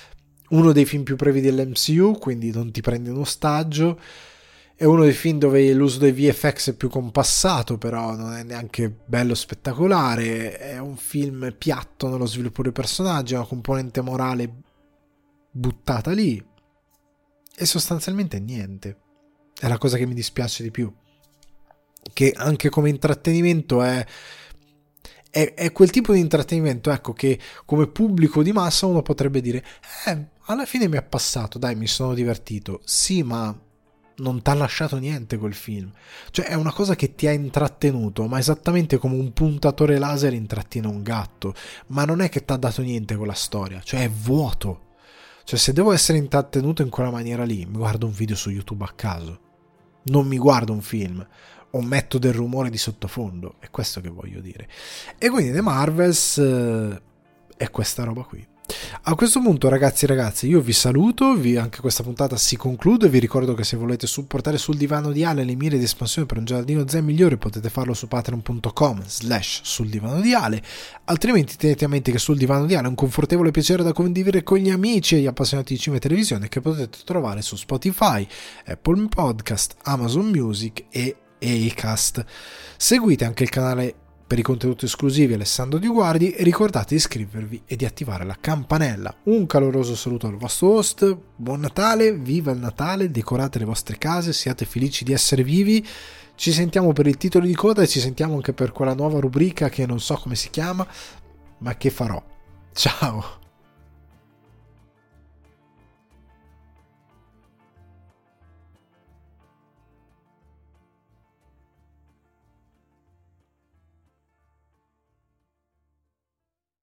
uno dei film più brevi dell'MCU, quindi non ti prendi in ostaggio. È uno dei film dove l'uso dei VFX è più compassato, però non è neanche bello spettacolare. È un film piatto nello sviluppo dei personaggi, una componente morale buttata lì. E sostanzialmente niente. È la cosa che mi dispiace di più. Che anche come intrattenimento è quel tipo di intrattenimento, ecco, che come pubblico di massa uno potrebbe dire alla fine mi è passato, dai, mi sono divertito. Sì, ma non ti ha lasciato niente quel film. Cioè è una cosa che ti ha intrattenuto, ma esattamente come un puntatore laser intrattiene un gatto. Ma non è che ti ha dato niente quella storia, cioè è vuoto. Cioè se devo essere intrattenuto in quella maniera lì, mi guardo un video su YouTube a caso, non mi guardo un film o metto del rumore di sottofondo, è questo che voglio dire. E quindi The Marvels è questa roba qui. A questo punto, ragazzi e ragazze, io vi saluto, anche questa puntata si conclude. Vi ricordo che se volete supportare sul divano di Ale le mire di espansione per un giardino zen migliore, potete farlo su patreon.com/sul divano di Ale. Altrimenti tenete a mente che sul divano di Ale è un confortevole piacere da condividere con gli amici e gli appassionati di cinema e televisione, che potete trovare su Spotify, Apple Podcast, Amazon Music e Acast. Seguite anche il canale per i contenuti esclusivi Alessandro Di Guardi e ricordate di iscrivervi e di attivare la campanella. Un caloroso saluto al vostro host, buon Natale, viva il Natale, decorate le vostre case, siate felici di essere vivi. Ci sentiamo per il titolo di coda e ci sentiamo anche per quella nuova rubrica che non so come si chiama, ma che farò. Ciao!